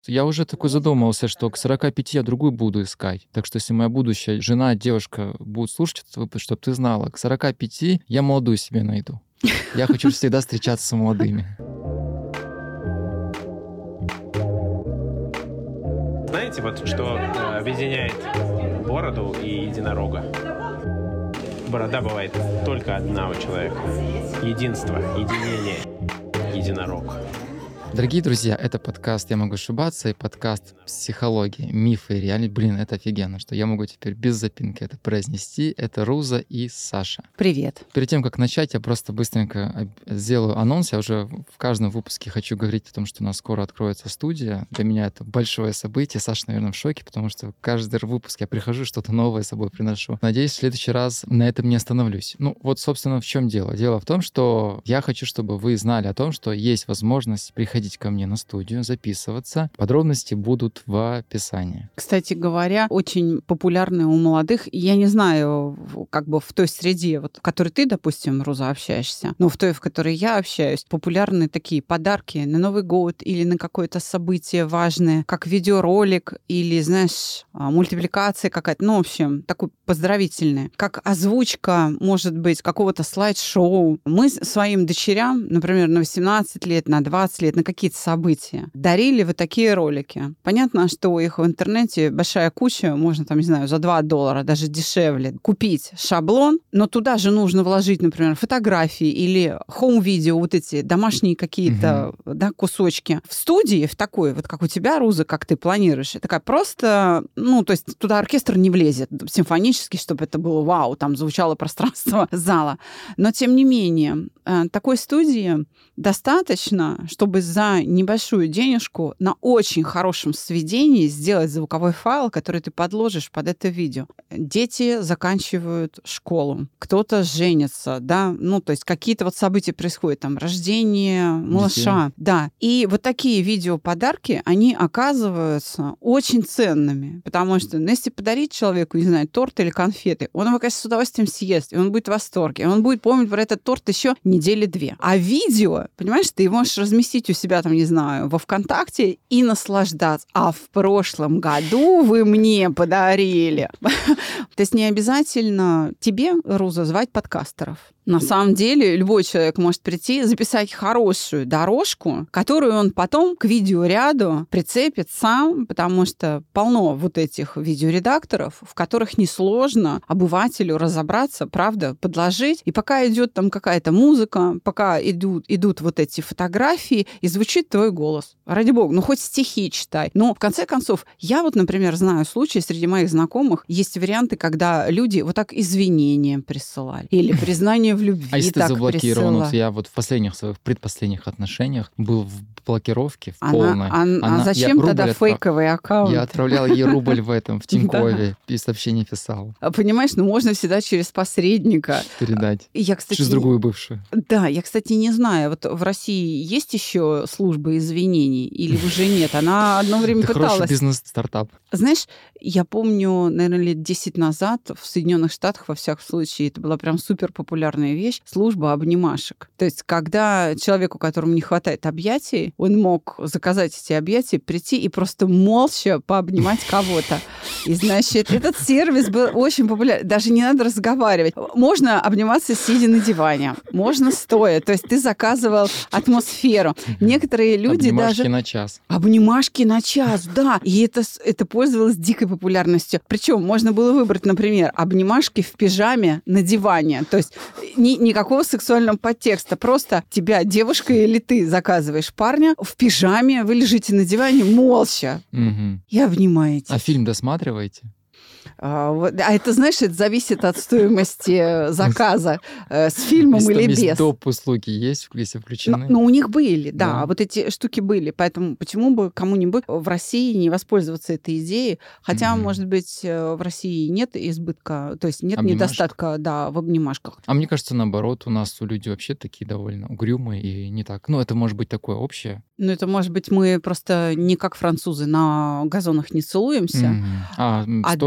Я уже такой задумался, что к 45 я другую буду искать. Так что если моя будущая жена, девушка будет слушать этот выпуск, чтобы ты знала, к 45 я молодую себе найду. Я хочу всегда встречаться с молодыми. Знаете, вот что объединяет бороду и единорога? Борода бывает только одна у человека. Единство, единение, единорог. Дорогие друзья, это подкаст «Я могу ошибаться» и подкаст «Психология, мифы и реальность». Блин, это офигенно, что я могу теперь без запинки это произнести. Это Руза и Саша. Привет. Перед тем, как начать, я просто быстренько сделаю анонс. Я уже в каждом выпуске хочу говорить о том, что у нас скоро откроется студия. Для меня это большое событие. Саша, наверное, в шоке, потому что каждый выпуск я прихожу, что-то новое с собой приношу. Надеюсь, в следующий раз на этом не остановлюсь. Ну, вот, собственно, в чем дело? Дело в том, что я хочу, чтобы вы знали о том, что есть возможность приходить ко мне на студию, записываться. Подробности будут в описании. Кстати говоря, очень популярные у молодых, я не знаю, как бы в той среде, вот, в которой ты, допустим, Руза, общаешься, но в той, в которой я общаюсь, популярны такие подарки на Новый год или на какое-то событие важное, как видеоролик или, знаешь, мультипликация какая-то, ну, в общем, такой поздравительный, как озвучка, может быть, какого-то слайд-шоу. Мы своим дочерям, например, на 18 лет, на 20 лет, на какие-то события дарили вот такие ролики. Понятно, что их в интернете большая куча, можно там, не знаю, за $2, даже дешевле, купить шаблон, но туда же нужно вложить, например, фотографии или хоум-видео, вот эти домашние какие-то да, кусочки. В студии, в такой, вот как у тебя, Руза, как ты планируешь, такая просто, ну, то есть туда оркестр не влезет симфонический, чтобы это было вау, там звучало пространство зала. Но, тем не менее, такой студии достаточно, чтобы за небольшую денежку на очень хорошем сведении сделать звуковой файл, который ты подложишь под это видео. Дети заканчивают школу, кто-то женится, да, ну, то есть какие-то вот события происходят, там, рождение малыша, да. И вот такие видеоподарки, они оказываются очень ценными, потому что, ну, если подарить человеку, не знаю, торт или конфеты, он его, конечно, с удовольствием съест, и он будет в восторге, и он будет помнить про этот торт еще недели 2. А видео, понимаешь, ты можешь разместить у себя там, не знаю, во ВКонтакте и наслаждаться. А в прошлом году вы мне подарили. То есть не обязательно тебе, Руза, звать подкастеров. На самом деле любой человек может прийти, записать хорошую дорожку, которую он потом к видеоряду прицепит сам, потому что полно вот этих видеоредакторов, в которых несложно обывателю разобраться, правда, подложить. И пока идет там какая-то музыка, пока идут вот эти фотографии, и звучит твой голос. Ради бога, ну хоть стихи читай. Но в конце концов, я вот, например, знаю случаи среди моих знакомых, есть варианты, когда люди вот так извинения присылали или признание в любви. А если ты заблокирован? Вот я вот в последних своих предпоследних отношениях был в блокировке в полной. Зачем тогда фейковый аккаунт? Я отправлял ей рубль в этом, в Тинькове, и сообщение писал. Понимаешь, ну можно всегда через посредника передать. Я, кстати, через другую бывшую. Да, я, кстати, не знаю, вот в России есть еще служба извинений или уже нет? Она одно время пыталась. Хороший бизнес-стартап. Знаешь, я помню, наверное, лет 10 назад в Соединенных Штатах, во всяком случае, это была прям супер популярная вещь, служба обнимашек. То есть, когда человеку, которому не хватает объятий, он мог заказать эти объятия, прийти и просто молча пообнимать кого-то. И, значит, этот сервис был очень популярен. Даже не надо разговаривать. Можно обниматься, сидя на диване. Можно стоя. То есть ты заказывал атмосферу. Некоторые люди обнимашки даже... на час. Обнимашки на час, да. И это пользовалось дикой популярностью. Причем можно было выбрать, например, обнимашки в пижаме на диване. То есть никакого сексуального подтекста. Просто тебя, девушка или ты, заказываешь парня в пижаме, вы лежите на диване молча и обнимаете. А фильм досматриваете? А это, знаешь, это зависит от стоимости заказа с фильмом или без. Есть доп. Услуги есть, если включены? Но у них были, да, вот эти штуки были. Поэтому почему бы кому-нибудь в России не воспользоваться этой идеей? Хотя, может быть, в России нет избытка, то есть нет недостатка, да, в обнимашках. А мне кажется, наоборот, у нас люди вообще такие довольно угрюмые и не так. Ну, это может быть такое общее. Ну, это, может быть, мы просто не как французы на газонах не целуемся, а дома-то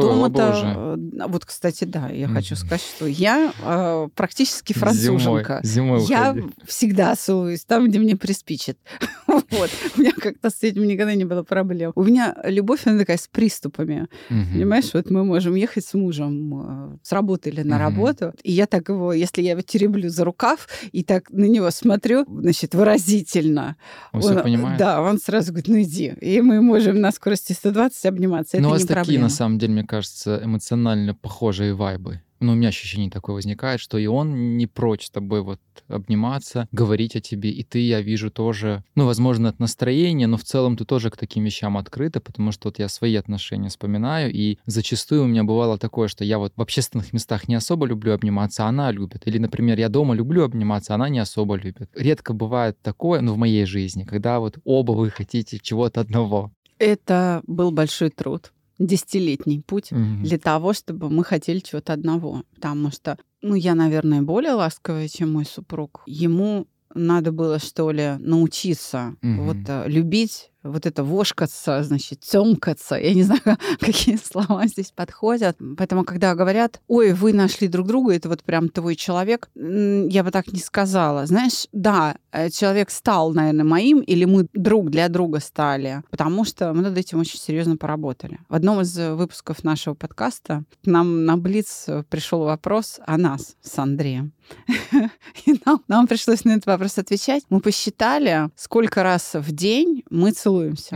Вот, кстати, да, я хочу сказать, что я практически француженка. Зимой я уходи. всегда целуюсь там, где мне приспичит. Вот. У меня как-то с этим никогда не было проблем. У меня любовь, она такая с приступами. Понимаешь, вот мы можем ехать с мужем с работы или на работу, и я так его, если я его тереблю за рукав и так на него смотрю, значит, выразительно. Он все понимает? Да, он сразу говорит, ну иди. И мы можем на скорости 120 обниматься. Но это у вас не такие, проблема. на самом деле, мне кажется, эмоционально похожие вайбы. Ну, у меня ощущение такое возникает, что и он не прочь с тобой вот обниматься, говорить о тебе, и ты, я вижу, тоже, ну, возможно, от настроения, но в целом ты тоже к таким вещам открыта, потому что вот я свои отношения вспоминаю, и зачастую у меня бывало такое, что я вот в общественных местах не особо люблю обниматься, а она любит. Или, например, я дома люблю обниматься, а она не особо любит. Редко бывает такое, ну, в моей жизни, когда вот оба вы хотите чего-то одного. Это был большой труд. 10-летний путь для того, чтобы мы хотели чего-то одного. Потому что, ну, я, наверное, более ласковая, чем мой супруг. Ему надо было, что ли, научиться вот любить, вот это вошкаться, значит, тёмкаться. Я не знаю, какие слова здесь подходят. Поэтому, когда говорят, ой, вы нашли друг друга, это вот прям твой человек, я бы так не сказала. Знаешь, да, человек стал, наверное, моим, или мы друг для друга стали, потому что мы над этим очень серьезно поработали. В одном из выпусков нашего подкаста к нам на Блиц пришел вопрос о нас с Андреем. И нам пришлось на этот вопрос отвечать. Мы посчитали, сколько раз в день мы целуемся.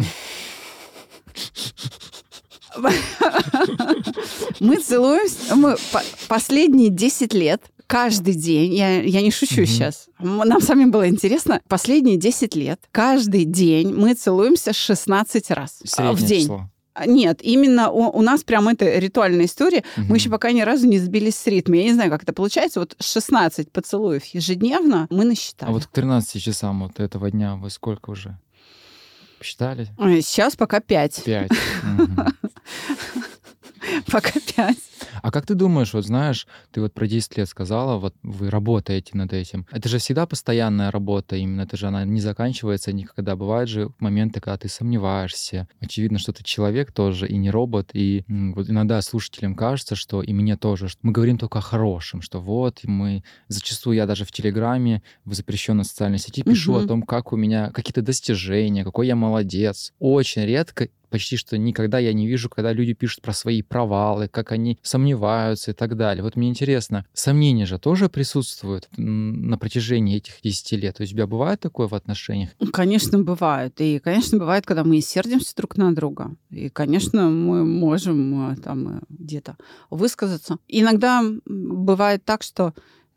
Мы целуемся последние 10 лет. Каждый день, я не шучу сейчас, нам самим было интересно, последние 10 лет, каждый день мы целуемся 16 раз в день. Число. Нет, именно у нас прям это ритуальная история. Мы еще пока ни разу не сбились с ритма. Я не знаю, как это получается. Вот 16 поцелуев ежедневно мы насчитали. А вот к 13 часам вот этого дня вы сколько уже посчитали? Сейчас пока 5. 5. Пока 5. А как ты думаешь, вот знаешь, ты вот про 10 лет сказала, вот вы работаете над этим. Это же всегда постоянная работа, именно это же она не заканчивается никогда. Бывают же моменты, когда ты сомневаешься. Очевидно, что ты человек тоже и не робот. И вот иногда слушателям кажется, что и мне тоже, что мы говорим только о хорошем, что вот мы... Зачастую я даже в Телеграме, в запрещенной социальной сети пишу о том, как у меня какие-то достижения, какой я молодец. Очень редко, почти что никогда я не вижу, когда люди пишут про свои провалы, как они сомневаются и так далее. Вот мне интересно, сомнения же тоже присутствуют на протяжении этих 10 лет? То есть у тебя бывает такое в отношениях? Конечно, бывает. И, конечно, бывает, когда мы сердимся друг на друга. И, конечно, мы можем там где-то высказаться. Иногда бывает так, что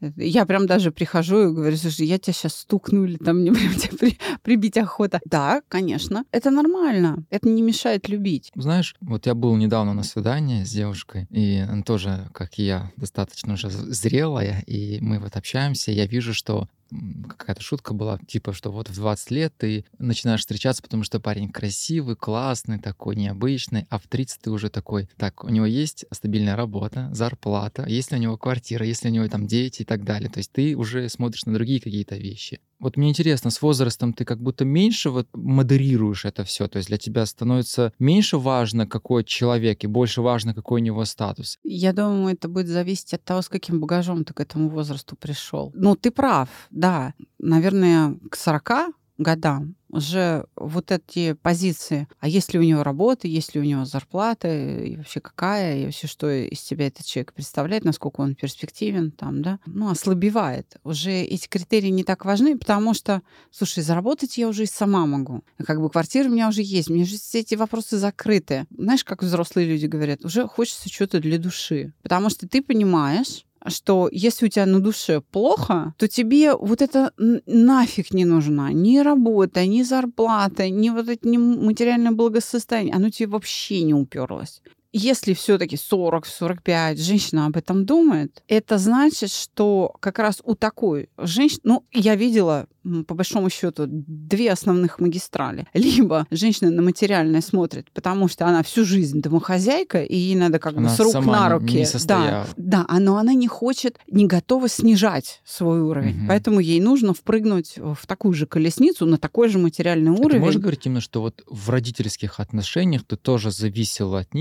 я прям даже прихожу и говорю, слушай, я тебя сейчас стукну, или там мне прям тебя прибить охота. Да, конечно, это нормально. Это не мешает любить. Знаешь, вот я был недавно на свидании с девушкой, и она тоже, как и я, достаточно уже зрелая, и мы вот общаемся, и я вижу, что какая-то шутка была, типа, что вот в 20 лет ты начинаешь встречаться, потому что парень красивый, классный, такой необычный, а в 30 ты уже такой, так, у него есть стабильная работа, зарплата, есть ли у него квартира, есть ли у него там дети и так далее. То есть ты уже смотришь на другие какие-то вещи. Вот мне интересно, с возрастом ты как будто меньше вот модерируешь это все, то есть для тебя становится меньше важно, какой человек, и больше важно, какой у него статус. Я думаю, это будет зависеть от того, с каким багажом ты к этому возрасту пришел. Ну, ты прав, да. Наверное, к 40 годам уже вот эти позиции, а есть ли у него работа, есть ли у него зарплата, и вообще какая, и вообще что из себя этот человек представляет, насколько он перспективен, там, да, ну, ослабевает. Уже эти критерии не так важны, потому что, слушай, заработать я уже и сама могу. Как бы квартира у меня уже есть, у меня же все эти вопросы закрыты. Знаешь, как взрослые люди говорят, уже хочется что-то для души. Потому что ты понимаешь, что если у тебя на душе плохо, то тебе вот это нафиг не нужна. Ни работа, ни зарплата, ни вот это ни материальное благосостояние. Оно тебе вообще не уперлось. Если все-таки 40-45 женщина об этом думает, это значит, что как раз у такой женщины... Ну, я видела, по большому счету, 2 основных магистрали. Либо женщина на материальное смотрит, потому что она всю жизнь домохозяйка, и ей надо как бы с рук на руки. Да, но она не хочет, не готова снижать свой уровень. Поэтому ей нужно впрыгнуть в такую же колесницу, на такой же материальный уровень. Ты можешь говорить именно, что вот в родительских отношениях ты тоже зависела от них, и ты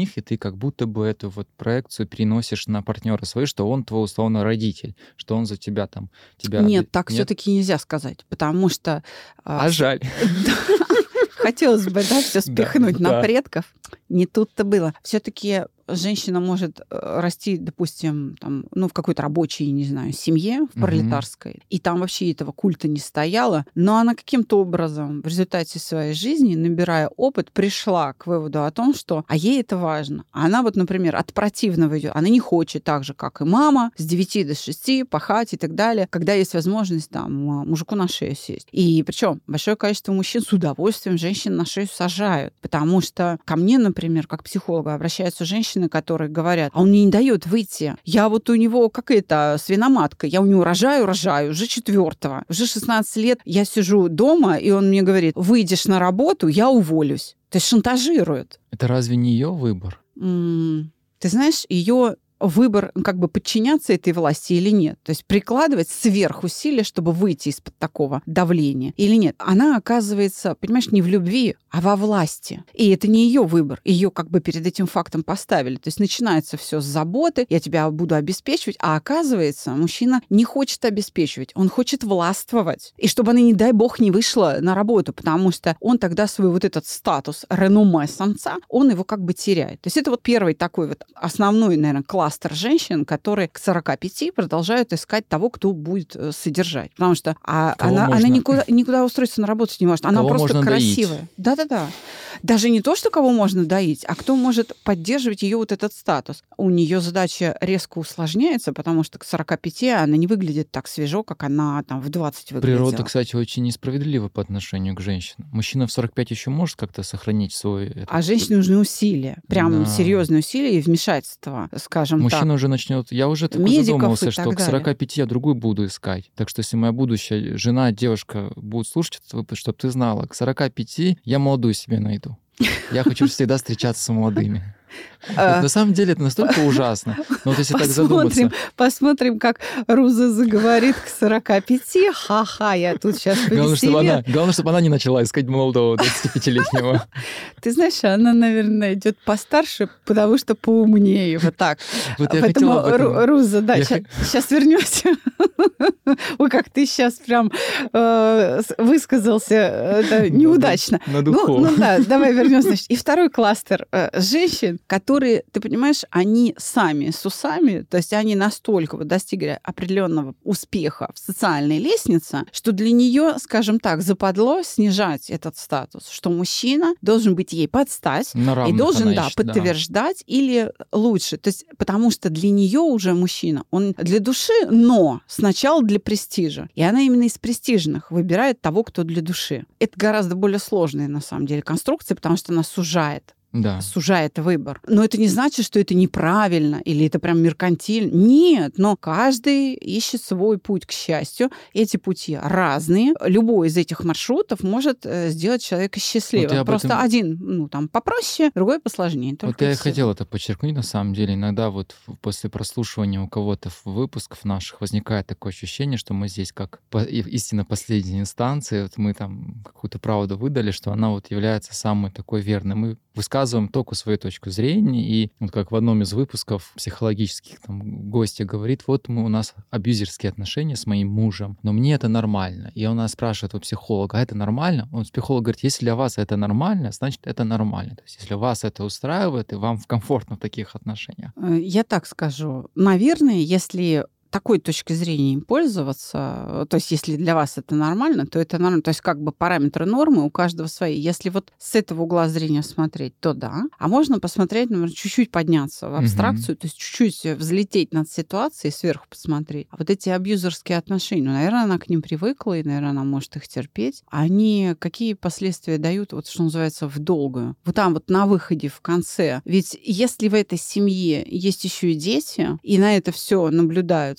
как будто бы эту вот проекцию переносишь на партнера своего, что он твой условно родитель, что он за тебя там... Нет, так все-таки нельзя сказать, потому что... жаль. Хотелось бы, все спихнуть на предков. Не тут-то было. Все-таки женщина может расти, допустим, там, в какой-то рабочей, не знаю, семье, в пролетарской, и там вообще этого культа не стояло, но она каким-то образом в результате своей жизни, набирая опыт, пришла к выводу о том, что ей это важно. Она вот, например, от противного идет, она не хочет так же, как и мама, с 9 до 6 пахать и так далее, когда есть возможность там мужику на шею сесть. И причем большое количество мужчин с удовольствием женщин на шею сажают, потому что ко мне, например, как психолога обращаются женщины, которые говорят, а он мне не дает выйти. Я вот у него какая-то свиноматка, я у него рожаю уже 4-го. Уже 16 лет я сижу дома, и он мне говорит, выйдешь на работу, я уволюсь. То есть шантажирует. Это разве не ее выбор? Ты знаешь, ее выбор как бы подчиняться этой власти или нет. То есть прикладывать сверхусилия, чтобы выйти из-под такого давления или нет. Она оказывается, понимаешь, не в любви, а во власти. И это не ее выбор. Ее как бы перед этим фактом поставили. То есть начинается все с заботы, я тебя буду обеспечивать, а оказывается, мужчина не хочет обеспечивать, он хочет властвовать. И чтобы она, не дай бог, не вышла на работу, потому что он тогда свой вот этот статус, реноме самца, он его как бы теряет. То есть это вот первый такой вот основной, наверное, кластер женщин, которые к 45 продолжают искать того, кто будет содержать. Потому что она никуда устроиться на работу не может. Она кого просто красивая. Доить. Да-да-да. Даже не то, что кого можно доить, а кто может поддерживать ее вот этот статус. У нее задача резко усложняется, потому что к 45 она не выглядит так свежо, как она там в 20 выглядела. Природа, кстати, очень несправедлива по отношению к женщинам. Мужчина в 45 еще может как-то сохранить свой... А женщине нужны усилия. Прям серьезные усилия и вмешательства, скажем так. Мужчина уже начнет... Я уже такой задумался, что к 45 я другую буду искать. Так что если моя будущая жена, девушка будет слушать этот выпуск, чтобы ты знала, к 45 я молодую себе найду. Я хочу всегда встречаться с молодыми. На самом деле это настолько ужасно. Но вот если так задуматься... Посмотрим, как Руза заговорит к 45. Ха-ха, я тут сейчас повеселее. Главное, чтобы она не начала искать молодого 25-летнего. Ты знаешь, она, наверное, идет постарше, потому что поумнее. Вот так. Вот я поэтому, хотела об этом. Руза, да, сейчас вернемся. Ой, как ты сейчас прям высказался неудачно. На духу. Ну да, давай вернемся. И второй кластер женщин, которые, ты понимаешь, они сами с усами, то есть они настолько вот достигли определенного успеха в социальной лестнице, что для нее, скажем так, западло снижать этот статус, что мужчина должен быть ей под стать и должен, подтверждать или лучше. То есть, потому что для нее уже мужчина, он для души, но сначала для престижа. И она именно из престижных выбирает того, кто для души. Это гораздо более сложная, на самом деле, конструкция, потому что она сужает. Да. Сужает выбор. Но это не значит, что это неправильно или это прям меркантильно. Нет, но каждый ищет свой путь к счастью. Эти пути разные. Любой из этих маршрутов может сделать человека счастливым. Вот просто один, попроще, другой посложнее. Вот я и хотел это подчеркнуть, на самом деле. Иногда вот после прослушивания у кого-то выпусков наших возникает такое ощущение, что мы здесь как истинно последней инстанции, вот мы там какую-то правду выдали, что она вот является самой такой верной. Мы высказываем только свою точку зрения, и вот как в одном из выпусков психологических там гостья говорит, вот у нас абьюзерские отношения с моим мужем, но мне это нормально. И он нас спрашивает у психолога, а это нормально? Психолог говорит, если для вас это нормально, значит, это нормально. То есть если вас это устраивает, и вам комфортно в таких отношениях. Я так скажу. Наверное, если такой точки зрения им пользоваться, то есть если для вас это нормально, то это нормально. То есть как бы параметры нормы у каждого свои. Если вот с этого угла зрения смотреть, то да. А можно посмотреть, например, чуть-чуть подняться в абстракцию, то есть чуть-чуть взлететь над ситуацией, сверху посмотреть. А вот эти абьюзерские отношения, наверное, она к ним привыкла, и, наверное, она может их терпеть. Они какие последствия дают, вот что называется, в долгую? Вот там вот на выходе, в конце. Ведь если в этой семье есть еще и дети, и на это все наблюдают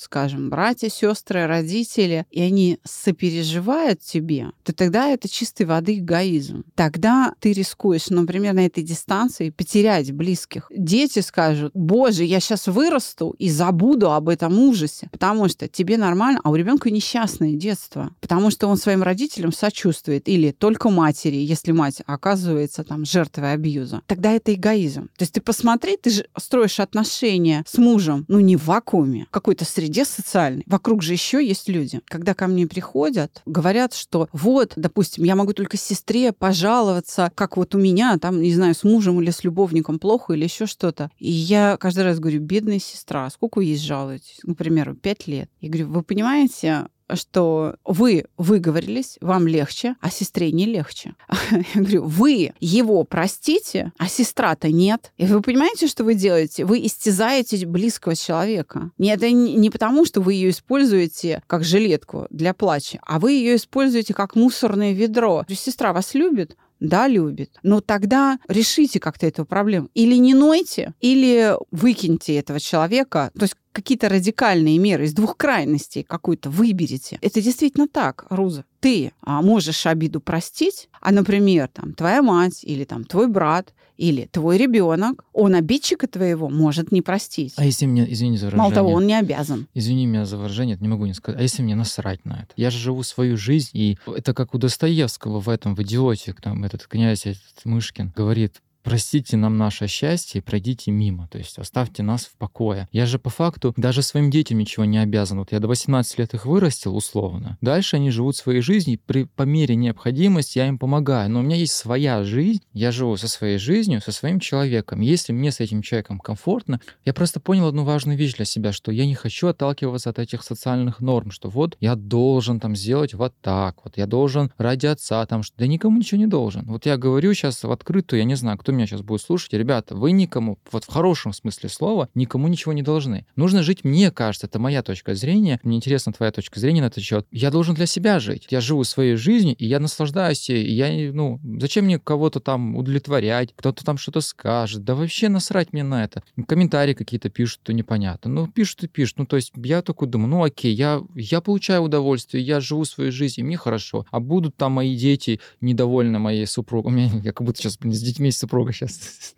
скажем, братья, сестры, родители, и они сопереживают тебе, то тогда это чистой воды эгоизм. Тогда ты рискуешь, например, на этой дистанции потерять близких. Дети скажут: боже, я сейчас вырасту и забуду об этом ужасе, потому что тебе нормально, а у ребенка несчастное детство, потому что он своим родителям сочувствует, или только матери, если мать оказывается там жертвой абьюза. Тогда это эгоизм. То есть ты посмотри, ты же строишь отношения с мужем, не в вакууме, в какой-то среде социальной. Вокруг же еще есть люди. Когда ко мне приходят, говорят, что вот, допустим, я могу только сестре пожаловаться, как вот у меня, там, не знаю, с мужем или с любовником плохо, или еще что-то. И я каждый раз говорю: бедная сестра, сколько вы ей жалуетесь? Например, 5 лет. Я говорю: вы понимаете, что вы выговорились, вам легче, а сестре не легче. Я говорю: вы его простите, а сестра-то нет. И вы понимаете, что вы делаете? Вы истязаете близкого человека. Это не потому, что вы ее используете как жилетку для плача, а вы ее используете как мусорное ведро. Сестра вас любит? Да, любит. Но тогда решите как-то эту проблему. Или не нойте, или выкиньте этого человека. То есть какие-то радикальные меры из двух крайностей какую-то выберите. Это действительно так, Руза. Ты можешь обиду простить, а, например, там, твоя мать или там, твой брат или твой ребенок, он обидчика твоего может не простить. А если мне, извини за выражение... Мало того, он не обязан. Извини меня за выражение, не могу не сказать. А если мне насрать на это? Я же живу свою жизнь, и это как у Достоевского в «Идиоте», там этот князь, этот Мышкин, говорит: простите нам наше счастье и пройдите мимо. То есть оставьте нас в покое. Я же по факту даже своим детям ничего не обязан. Вот я до 18 лет их вырастил условно. Дальше они живут своей жизнью. По мере необходимости я им помогаю. Но у меня есть своя жизнь. Я живу со своей жизнью, со своим человеком. Если мне с этим человеком комфортно, я просто понял одну важную вещь для себя, что я не хочу отталкиваться от этих социальных норм, что вот я должен там сделать вот так, вот я должен ради отца там, что да никому ничего не должен. Вот я говорю сейчас в открытую, я не знаю, кто меня сейчас будет слушать: ребята, вы никому, вот в хорошем смысле слова, никому ничего не должны. Нужно жить, мне кажется, это моя точка зрения, мне интересна твоя точка зрения на этот счет. Я должен для себя жить. Я живу своей жизнью, и я наслаждаюсь ей. И я, зачем мне кого-то там удовлетворять, кто-то там что-то скажет? Да вообще насрать мне на это. Комментарии какие-то пишут, то непонятно. Пишут и пишут. То есть я такой думаю: окей, я получаю удовольствие, я живу своей жизнью, мне хорошо. А будут там мои дети недовольны моей супругой. У меня, я как будто сейчас с детьми с супругой сейчас.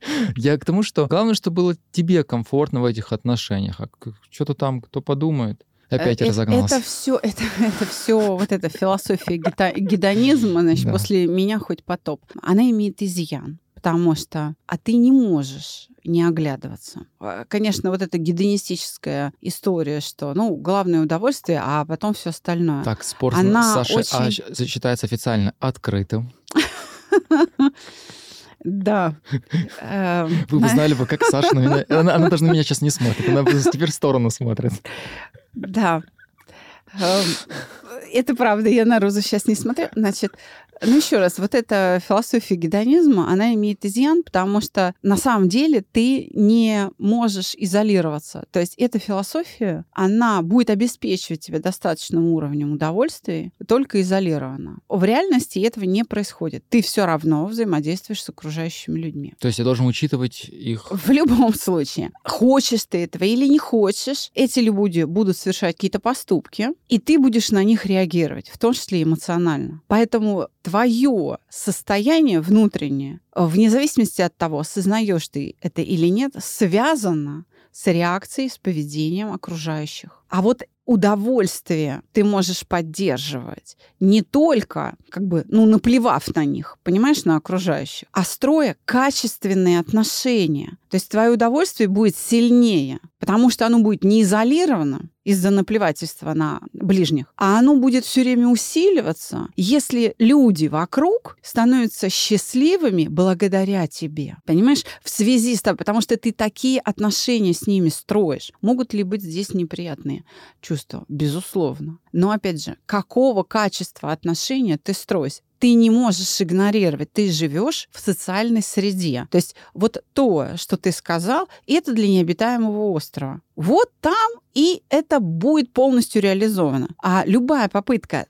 Я к тому, что главное, чтобы было тебе комфортно в этих отношениях. А что-то там, кто подумает. Опять разогнался. Это все вот эта философия гедонизма, значит, после меня хоть потоп. Она имеет изъян, потому что ты не можешь не оглядываться. Конечно, вот эта гедонистическая история, что, главное удовольствие, а потом все остальное. Так, спорт, Саша, считается официально открытым. Да. Вы бы знали бы, как Саша на меня... Она даже на меня сейчас не смотрит, она теперь в сторону смотрит. Да. Это правда, я на Розу сейчас не смотрю. Значит, еще раз, вот эта философия гедонизма, она имеет изъян, потому что на самом деле ты не можешь изолироваться. То есть эта философия, она будет обеспечивать тебе достаточным уровнем удовольствия только изолированно. В реальности этого не происходит. Ты все равно взаимодействуешь с окружающими людьми. То есть я должен учитывать их... В любом случае. Хочешь ты этого или не хочешь, эти люди будут совершать какие-то поступки, и ты будешь на них реагировать, в том числе эмоционально. Поэтому твое состояние внутреннее, вне зависимости от того, осознаешь ты это или нет, связано с реакцией, с поведением окружающих. А вот удовольствие ты можешь поддерживать не только, наплевав на них, понимаешь, на окружающих, а строя качественные отношения. То есть твое удовольствие будет сильнее, потому что оно будет не изолировано из-за наплевательства на ближних, а оно будет все время усиливаться, если люди вокруг становятся счастливыми благодаря тебе. Понимаешь? В связи с тобой, потому что ты такие отношения с ними строишь. Могут ли быть здесь неприятные чувства? Безусловно. Но, опять же, какого качества отношения ты строишь? Ты не можешь игнорировать, ты живешь в социальной среде. То есть вот то, что ты сказал, это для необитаемого острова. Вот там и это будет полностью реализовано. А любая попытка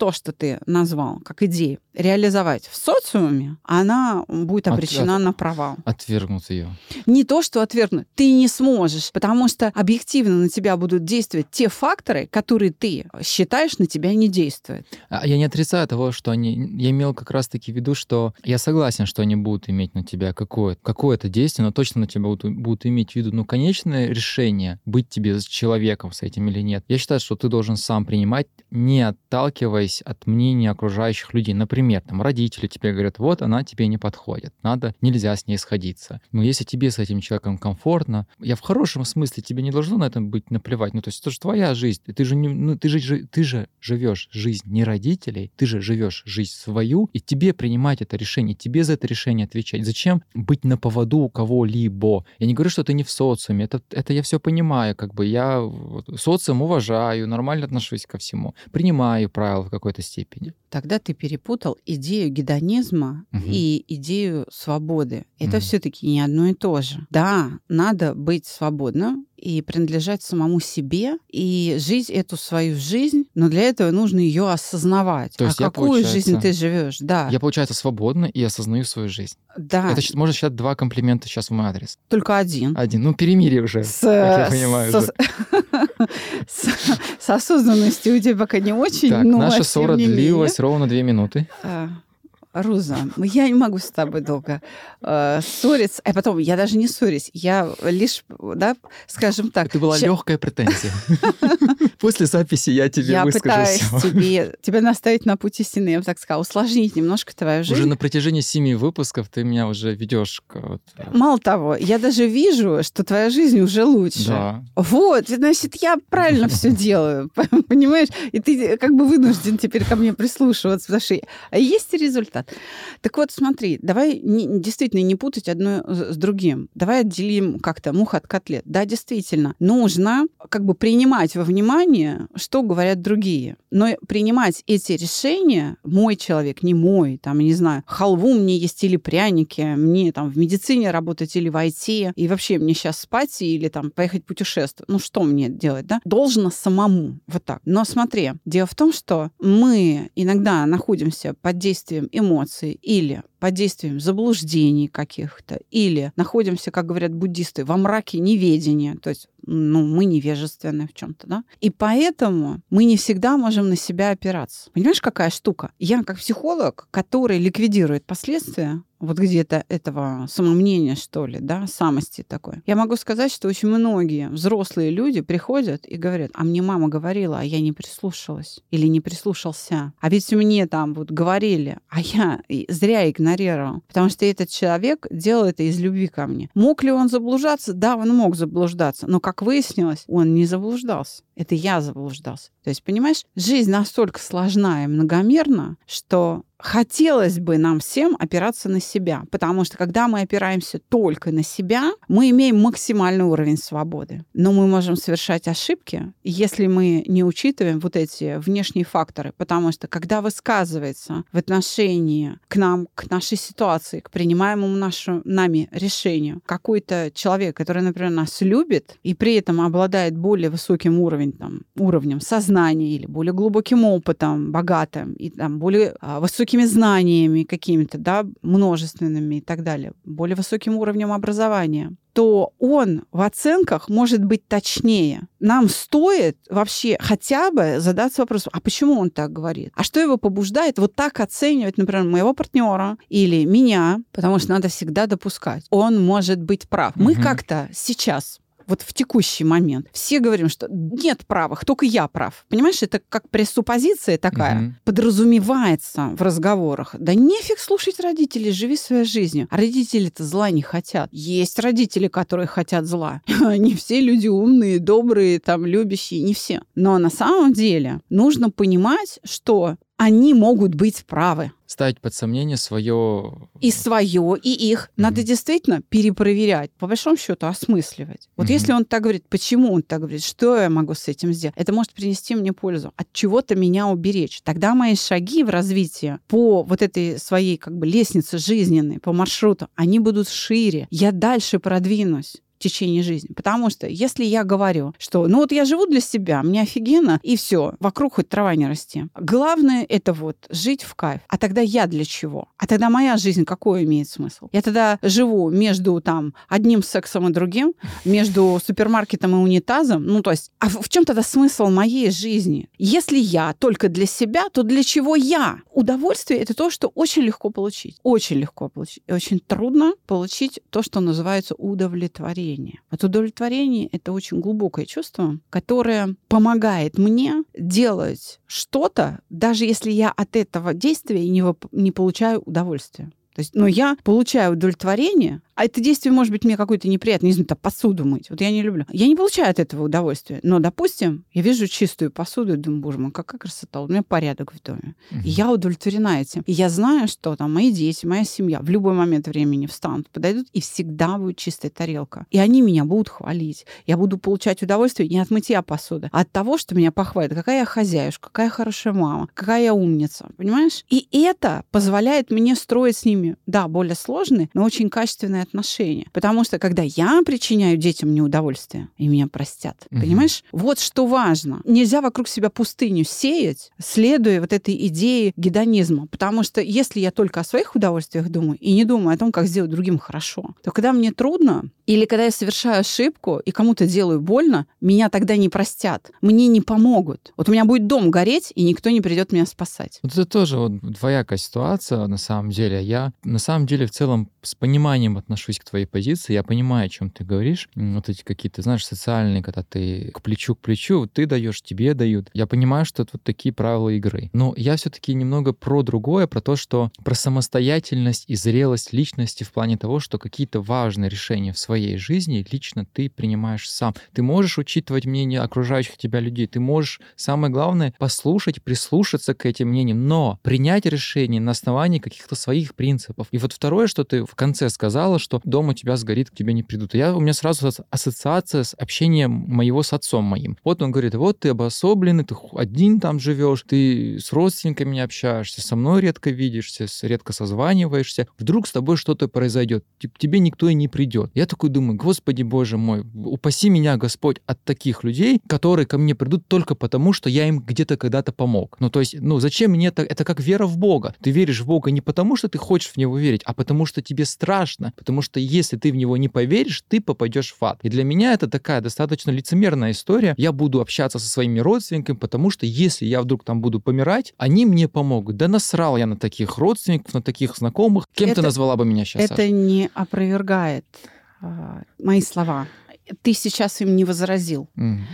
то, что ты назвал как идею, реализовать в социуме, она будет обречена на провал. Отвергнут ее. Не то, что отвергнут. Ты не сможешь, потому что объективно на тебя будут действовать те факторы, которые ты считаешь на тебя не действуют. Я не отрицаю того, что они... Я имел как раз-таки в виду, что я согласен, что они будут иметь на тебя какое-то действие, но точно на тебя будут иметь в виду, конечное решение, быть тебе человеком с этим или нет. Я считаю, что ты должен сам принимать, не отталкиваясь от мнения окружающих людей. Например, родители тебе говорят, вот она тебе не подходит, нельзя с ней сходиться. Но если тебе с этим человеком комфортно, я в хорошем смысле, тебе не должно на это быть наплевать. То есть это же твоя жизнь. Ты же живешь жизнь не родителей, ты же живешь жизнь свою, и тебе принимать это решение, тебе за это решение отвечать. Зачем быть на поводу у кого-либо? Я не говорю, что ты не в социуме, это я все понимаю, я социум уважаю, нормально отношусь ко всему, принимаю правила в какой-то степени. Тогда ты перепутал идею гедонизма и идею свободы. Это все-таки не одно и то же. Да, надо быть свободным и принадлежать самому себе, и жить эту свою жизнь, но для этого нужно ее осознавать. То есть какую жизнь ты живешь? Да. Я, получается, свободна и осознаю свою жизь. Да. Это можно считать 2 комплимента сейчас в мой адрес. Только один. Перемирие уже, как я понимаю. С осознанностью у тебя пока не очень. Так, наша ссора длилась ровно 2 минуты. Руза, я не могу с тобой долго ссориться. А потом, я даже не ссорюсь. Я лишь, скажем так... Это была легкая претензия. После записи я тебе выскажусь. Я пытаюсь тебя наставить на путь истины, я бы так сказала, усложнить немножко твою жизнь. Уже на протяжении 7 выпусков ты меня уже ведешь Мало того, я даже вижу, что твоя жизнь уже лучше. Да. Вот, значит, я правильно все делаю, понимаешь? И ты вынужден теперь ко мне прислушиваться, потому что есть результат. Так вот, смотри, давай действительно не путать одно с другим. Давай отделим как-то мух от котлет. Да, действительно, нужно принимать во внимание, что говорят другие. Но принимать эти решения, мой человек, не мой, не знаю, халву мне есть или пряники, мне в медицине работать или в IT, и вообще мне сейчас спать или поехать путешествовать. Что мне делать, да? Должно самому. Вот так. Но смотри, дело в том, что мы иногда находимся под действием эмоций или под действием заблуждений каких-то, или находимся, как говорят буддисты, во мраке неведения, то есть мы невежественны в чем-то, да? И поэтому мы не всегда можем на себя опираться. Понимаешь, какая штука? Я как психолог, который ликвидирует последствия где-то этого самомнения, что ли, да, самости такой. Я могу сказать, что очень многие взрослые люди приходят и говорят, а мне мама говорила, а я не прислушалась или не прислушался. А ведь мне говорили, а я зря игнорировал, потому что этот человек делал это из любви ко мне. Мог ли он заблуждаться? Да, он мог заблуждаться, но, как выяснилось, он не заблуждался. Это я заблуждался. То есть, понимаешь, жизнь настолько сложна и многомерна, что хотелось бы нам всем опираться на себя, потому что когда мы опираемся только на себя, мы имеем максимальный уровень свободы. Но мы можем совершать ошибки, если мы не учитываем эти внешние факторы, потому что когда высказывается в отношении к нам, к нашей ситуации, к принимаемому нами решению какой-то человек, который, например, нас любит и при этом обладает более высоким уровнем сознания или более глубоким опытом, богатым и более высоким знаниями какими-то, да, множественными и так далее, более высоким уровнем образования, то он в оценках может быть точнее. Нам стоит вообще хотя бы задаться вопросом, а почему он так говорит? А что его побуждает так оценивать, например, моего партнера или меня? Потому что надо всегда допускать. Он может быть прав. Мы как-то сейчас в текущий момент все говорим, что нет правых, только я прав. Понимаешь, это как пресуппозиция такая подразумевается в разговорах. Да нефиг слушать родителей, живи своей жизнью. А родители-то зла не хотят. Есть родители, которые хотят зла. Не все люди умные, добрые, любящие, не все. Но на самом деле нужно понимать, что они могут быть правы. Ставить под сомнение свое... И свое, и их. Надо действительно перепроверять, по большому счету осмысливать. Если он так говорит, почему он так говорит, что я могу с этим сделать? Это может принести мне пользу. От чего-то меня уберечь. Тогда мои шаги в развитии по этой своей лестнице жизненной, по маршруту, они будут шире. Я дальше продвинусь. в течение жизни. Потому что если я говорю, что ну вот я живу для себя, мне офигенно, и все, вокруг хоть трава не расти. Главное это вот жить в кайф. А тогда я для чего? А тогда моя жизнь какой имеет смысл? Я тогда живу между там одним сексом и другим, между супермаркетом и унитазом. Ну, то есть, а в чем тогда смысл моей жизни? Если я только для себя, то для чего я? Удовольствие — это то, что очень легко получить. Очень легко получить. И очень трудно получить то, что называется удовлетворение. Вот удовлетворение — это очень глубокое чувство, которое помогает мне делать что-то, даже если я от этого действия не получаю удовольствия. То есть, но я получаю удовлетворение, а это действие может быть мне какое-то неприятное, не знаю, там, посуду мыть. Вот я не люблю. Я не получаю от этого удовольствия. Но, допустим, я вижу чистую посуду и думаю, боже мой, какая красота, у меня порядок в доме. И я удовлетворена этим. И я знаю, что там мои дети, моя семья в любой момент времени встанут, подойдут, и всегда будет чистая тарелка. И они меня будут хвалить. Я буду получать удовольствие не от мытья посуды, а от того, что меня похвалят. Какая я хозяюшка, какая хорошая мама, какая я умница. Понимаешь? И это позволяет мне строить с ними, да, более сложные, но очень качественные отношения. Потому что, когда я причиняю детям неудовольствие, и меня простят, понимаешь? Вот что важно. Нельзя вокруг себя пустыню сеять, следуя вот этой идее гедонизма. Потому что если я только о своих удовольствиях думаю и не думаю о том, как сделать другим хорошо, то когда мне трудно, или когда я совершаю ошибку и кому-то делаю больно, меня тогда не простят, мне не помогут. Вот у меня будет дом гореть, и никто не придет меня спасать. Вот это тоже вот двоякая ситуация на самом деле. Я на самом деле в целом с пониманием отношусь к твоей позиции. Я понимаю, о чем ты говоришь. Вот эти какие-то, знаешь, социальные, когда ты к плечу, ты даешь, тебе дают. Я понимаю, что это вот такие правила игры. Но я все-таки немного про другое, про то, что про самостоятельность и зрелость личности в плане того, что какие-то важные решения в своей жизни лично ты принимаешь сам. Ты можешь учитывать мнение окружающих тебя людей. Ты можешь, самое главное, послушать, прислушаться к этим мнениям, но принять решение на основании каких-то своих принципов. И вот второе, что ты в конце сказала, что дом у тебя сгорит, к тебе не придут. У меня сразу ассоциация с общением моего с отцом моим. Вот он говорит, вот ты обособленный, ты один там живешь, ты с родственниками не общаешься, со мной редко видишься, редко созваниваешься. Вдруг с тобой что-то произойдет, тебе никто и не придет. Я такой думаю, Господи Боже мой, упаси меня, Господь, от таких людей, которые ко мне придут только потому, что я им где-то когда-то помог. Ну, то есть, зачем мне это? Это как вера в Бога. Ты веришь в Бога не потому, что ты хочешь в Него верить, а потому, что тебе страшно. Потому что если ты в Него не поверишь, ты попадешь в ад. И для меня это такая достаточно лицемерная история. Я буду общаться со своими родственниками, потому что если я вдруг там буду помирать, они мне помогут. Да насрал я на таких родственников, на таких знакомых. Кем ты назвала бы меня сейчас? Это Саша? не опровергает мои слова. Ты сейчас им не возразил.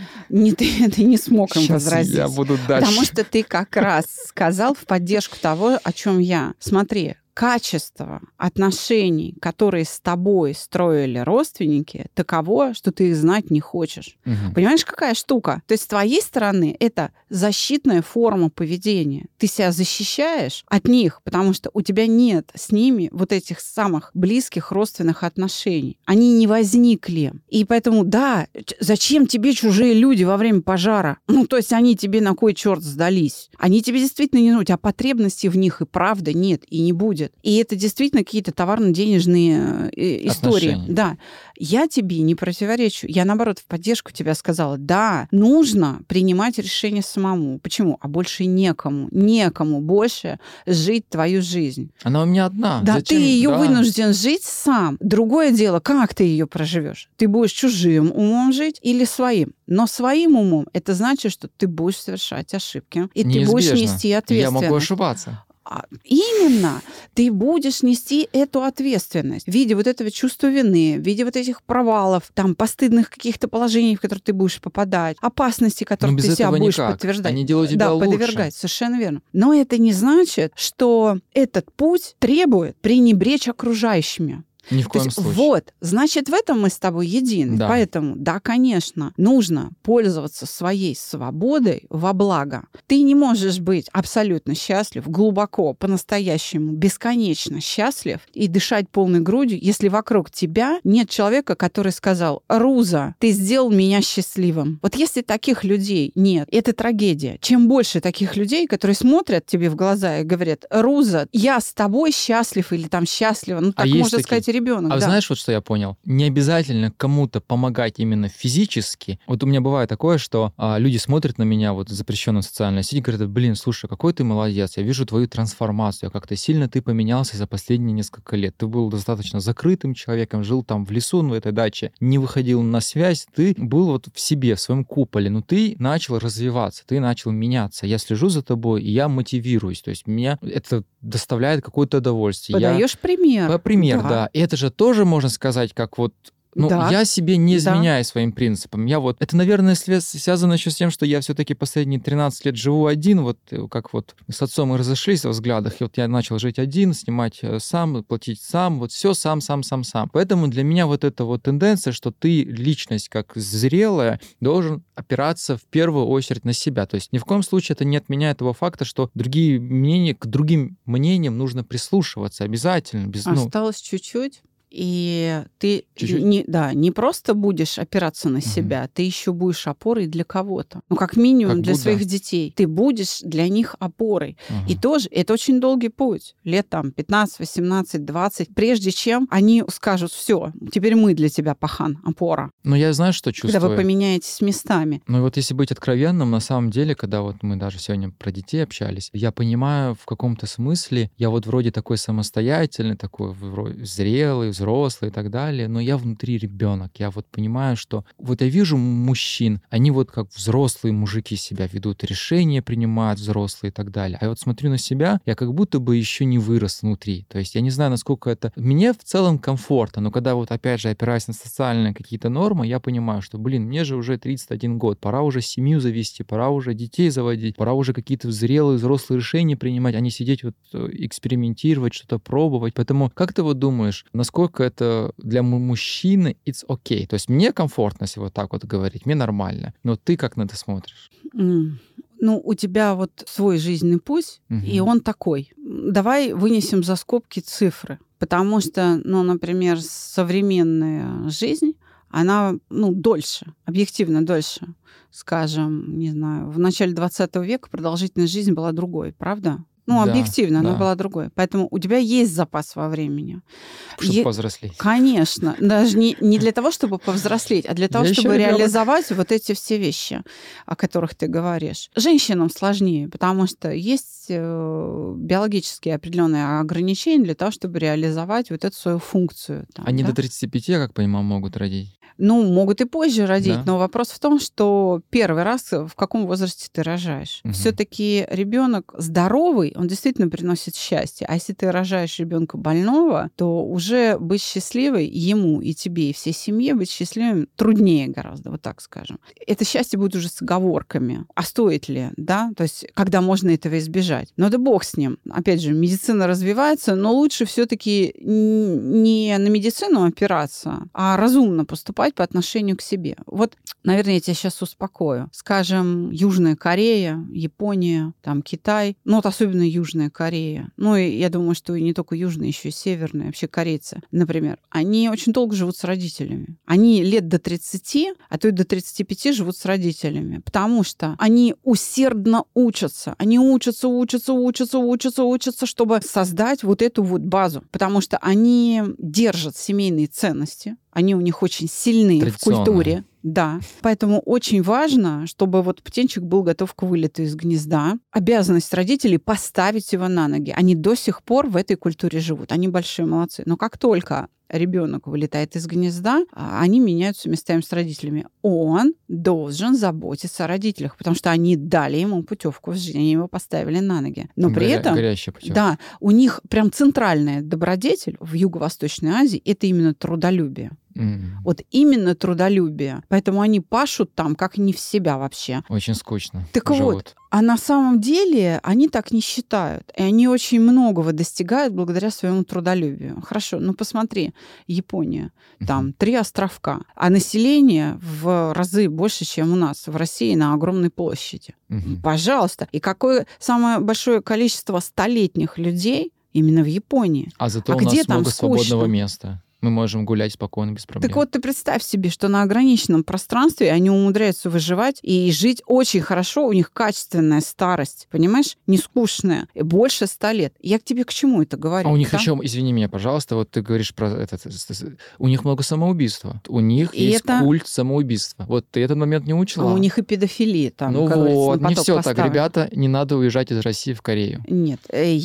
Ты не смог им возразить. Я буду дальше. Потому что ты как раз сказал в поддержку того, о чем я. Смотри, качество отношений, которые с тобой строили родственники, таково, что ты их знать не хочешь. Понимаешь, какая штука? То есть с твоей стороны это защитная форма поведения. Ты себя защищаешь от них, потому что у тебя нет с ними вот этих самых близких родственных отношений. Они не возникли. И поэтому, да, зачем тебе чужие люди во время пожара? То есть они тебе на кой черт сдались? Они тебе действительно не нужны, у тебя потребностей в них и правда нет, и не будет. И это действительно какие-то товарно-денежные истории. Отношения. Да. Я тебе не противоречу. Я, наоборот, в поддержку тебя сказала, да, нужно принимать решения самому. Почему? А больше некому. Некому больше жить твою жизнь. Она у меня одна. Да, Зачем? ты ее Да. вынужден жить сам. Другое дело, как ты ее проживешь. Ты будешь чужим умом жить или своим. Но своим умом это значит, что ты будешь совершать ошибки. И ты будешь Неизбежно. нести ответственность. Я могу ошибаться. Именно. Ты будешь нести эту ответственность в виде вот этого чувства вины, в виде вот этих провалов, там, постыдных каких-то положений, в которые ты будешь попадать, опасности, которые ты себя будешь подтверждать. Они делают тебя лучше. Подвергать, совершенно верно. Но это не значит, что этот путь требует пренебречь окружающими. Ни в коем случае. Вот, значит, в этом мы с тобой едины. Да. Поэтому, да, конечно, нужно пользоваться своей свободой во благо. Ты не можешь быть абсолютно счастлив, глубоко, по-настоящему, бесконечно счастлив и дышать полной грудью, если вокруг тебя нет человека, который сказал: «Руза, ты сделал меня счастливым». Вот если таких людей нет, это трагедия. Чем больше таких людей, которые смотрят тебе в глаза и говорят: «Руза, я с тобой счастлив» или там «счастлива», ну так можно сказать, ребенок. А знаешь, вот что я понял? Не обязательно кому-то помогать именно физически. Вот у меня бывает такое, что люди смотрят на меня, вот запрещенную социальную сеть, и говорят: блин, слушай, какой ты молодец, я вижу твою трансформацию, как-то сильно ты поменялся за последние несколько лет. Ты был достаточно закрытым человеком, жил там в лесу, в этой даче, не выходил на связь, ты был вот в себе, в своем куполе, но ты начал развиваться, ты начал меняться. Я слежу за тобой, и я мотивируюсь. То есть меня это доставляет какое-то удовольствие. Подаешь пример. Пример, да. И это же тоже можно сказать, как вот я себе не изменяю своим принципам. Я вот... Это, наверное, связано еще с тем, что я все-таки последние 13 лет живу один, вот как вот с отцом мы разошлись во взглядах, и вот я начал жить один, снимать сам, платить сам, вот все сам. Поэтому для меня вот эта вот тенденция, что ты, личность как зрелая, должен опираться в первую очередь на себя. То есть ни в коем случае это не отменяет того факта, что к другим мнениям нужно прислушиваться обязательно. Осталось чуть-чуть. И ты не просто будешь опираться на себя, ты еще будешь опорой для кого-то. Ну, как минимум для своих детей. Ты будешь для них опорой. И тоже это очень долгий путь. Лет там 15, 18, 20. Прежде чем они скажут: все, теперь мы для тебя, пахан, опора. Но я знаю, что чувствую. Когда вы поменяетесь местами. Ну вот если быть откровенным, на самом деле, когда вот мы даже сегодня про детей общались, я понимаю в каком-то смысле, я вот вроде такой самостоятельный, такой зрелый, взрослый и так далее, но я внутри ребенок. Я вот понимаю, что вот я вижу мужчин, они вот как взрослые мужики себя ведут, решения принимают взрослые и так далее. А я вот смотрю на себя, я как будто бы еще не вырос внутри. То есть я не знаю, насколько это... Мне в целом комфортно, но когда вот опять же опираясь на социальные какие-то нормы, я понимаю, что, мне же уже 31 год, пора уже семью завести, пора уже детей заводить, пора уже какие-то зрелые взрослые решения принимать, а не сидеть вот экспериментировать, что-то пробовать. Поэтому как ты вот думаешь, насколько это для мужчины it's okay? То есть мне комфортно, если вот так вот говорить, мне нормально. Но ты как на это смотришь? Ну, у тебя вот свой жизненный путь, и он такой. Давай вынесем за скобки цифры. Потому что, например, современная жизнь, она, дольше, объективно дольше. Скажем, не знаю, в начале 20 века продолжительность жизни была другой, правда? Объективно, она была другой. Поэтому у тебя есть запас во времени. Чтобы повзрослеть. Конечно. Даже не для того, чтобы повзрослеть, а для того, чтобы реализовать вот эти все вещи, о которых ты говоришь. Женщинам сложнее, потому что есть биологические определенные ограничения для того, чтобы реализовать вот эту свою функцию. Они до 35, я как понимаю, могут родить? Могут и позже родить, но вопрос в том, что первый раз в каком возрасте ты рожаешь. Все-таки ребенок здоровый, он действительно приносит счастье. А если ты рожаешь ребенка больного, то уже быть счастливой ему и тебе, и всей семье быть счастливым труднее гораздо, вот так скажем. Это счастье будет уже с оговорками. А стоит ли, да? То есть, когда можно этого избежать? Но да бог с ним. Опять же, медицина развивается, но лучше все-таки не на медицину опираться, а разумно поступать по отношению к себе. Вот, наверное, я тебя сейчас успокою. Скажем, Южная Корея, Япония, там Китай, особенно Южная Корея. И я думаю, что и не только Южная, еще и Северная, вообще корейцы, например, они очень долго живут с родителями. Они лет до 30, а то и до 35 живут с родителями, потому что они усердно учатся. Они учатся, чтобы создать вот эту вот базу, потому что они держат семейные ценности, они у них очень сильные в культуре. Да. Поэтому очень важно, чтобы вот птенчик был готов к вылету из гнезда. Обязанность родителей поставить его на ноги. Они до сих пор в этой культуре живут. Они большие молодцы. Но как только ребенок вылетает из гнезда, они меняются местами с родителями. Он должен заботиться о родителях, потому что они дали ему путевку в жизнь, они его поставили на ноги. Но при этом, горящая путевка. Да, у них прям центральная добродетель в Юго-Восточной Азии — это именно трудолюбие. Вот именно трудолюбие. Поэтому они пашут там как не в себя вообще. Очень скучно. Так живут. Вот, а на самом деле они так не считают. И они очень многого достигают благодаря своему трудолюбию. Хорошо, посмотри, Япония. Там 3 островка. А население в разы больше, чем у нас в России на огромной площади. Пожалуйста. И какое самое большое количество столетних людей именно в Японии. А зато у нас много свободного места. Мы можем гулять спокойно, без проблем. Так вот, ты представь себе, что на ограниченном пространстве они умудряются выживать и жить очень хорошо, у них качественная старость, понимаешь, не скучная, и больше 100 лет. Я к тебе к чему это говорю? А у них да? еще, извини меня, пожалуйста, вот ты говоришь про это, у них много самоубийства. У них И есть это- культ самоубийства. Вот ты этот момент не учила? А у них и педофилия там, Ну как говорится, вот, на не поток все так, поставлена. ребята, не надо уезжать из России в Корею. Нет,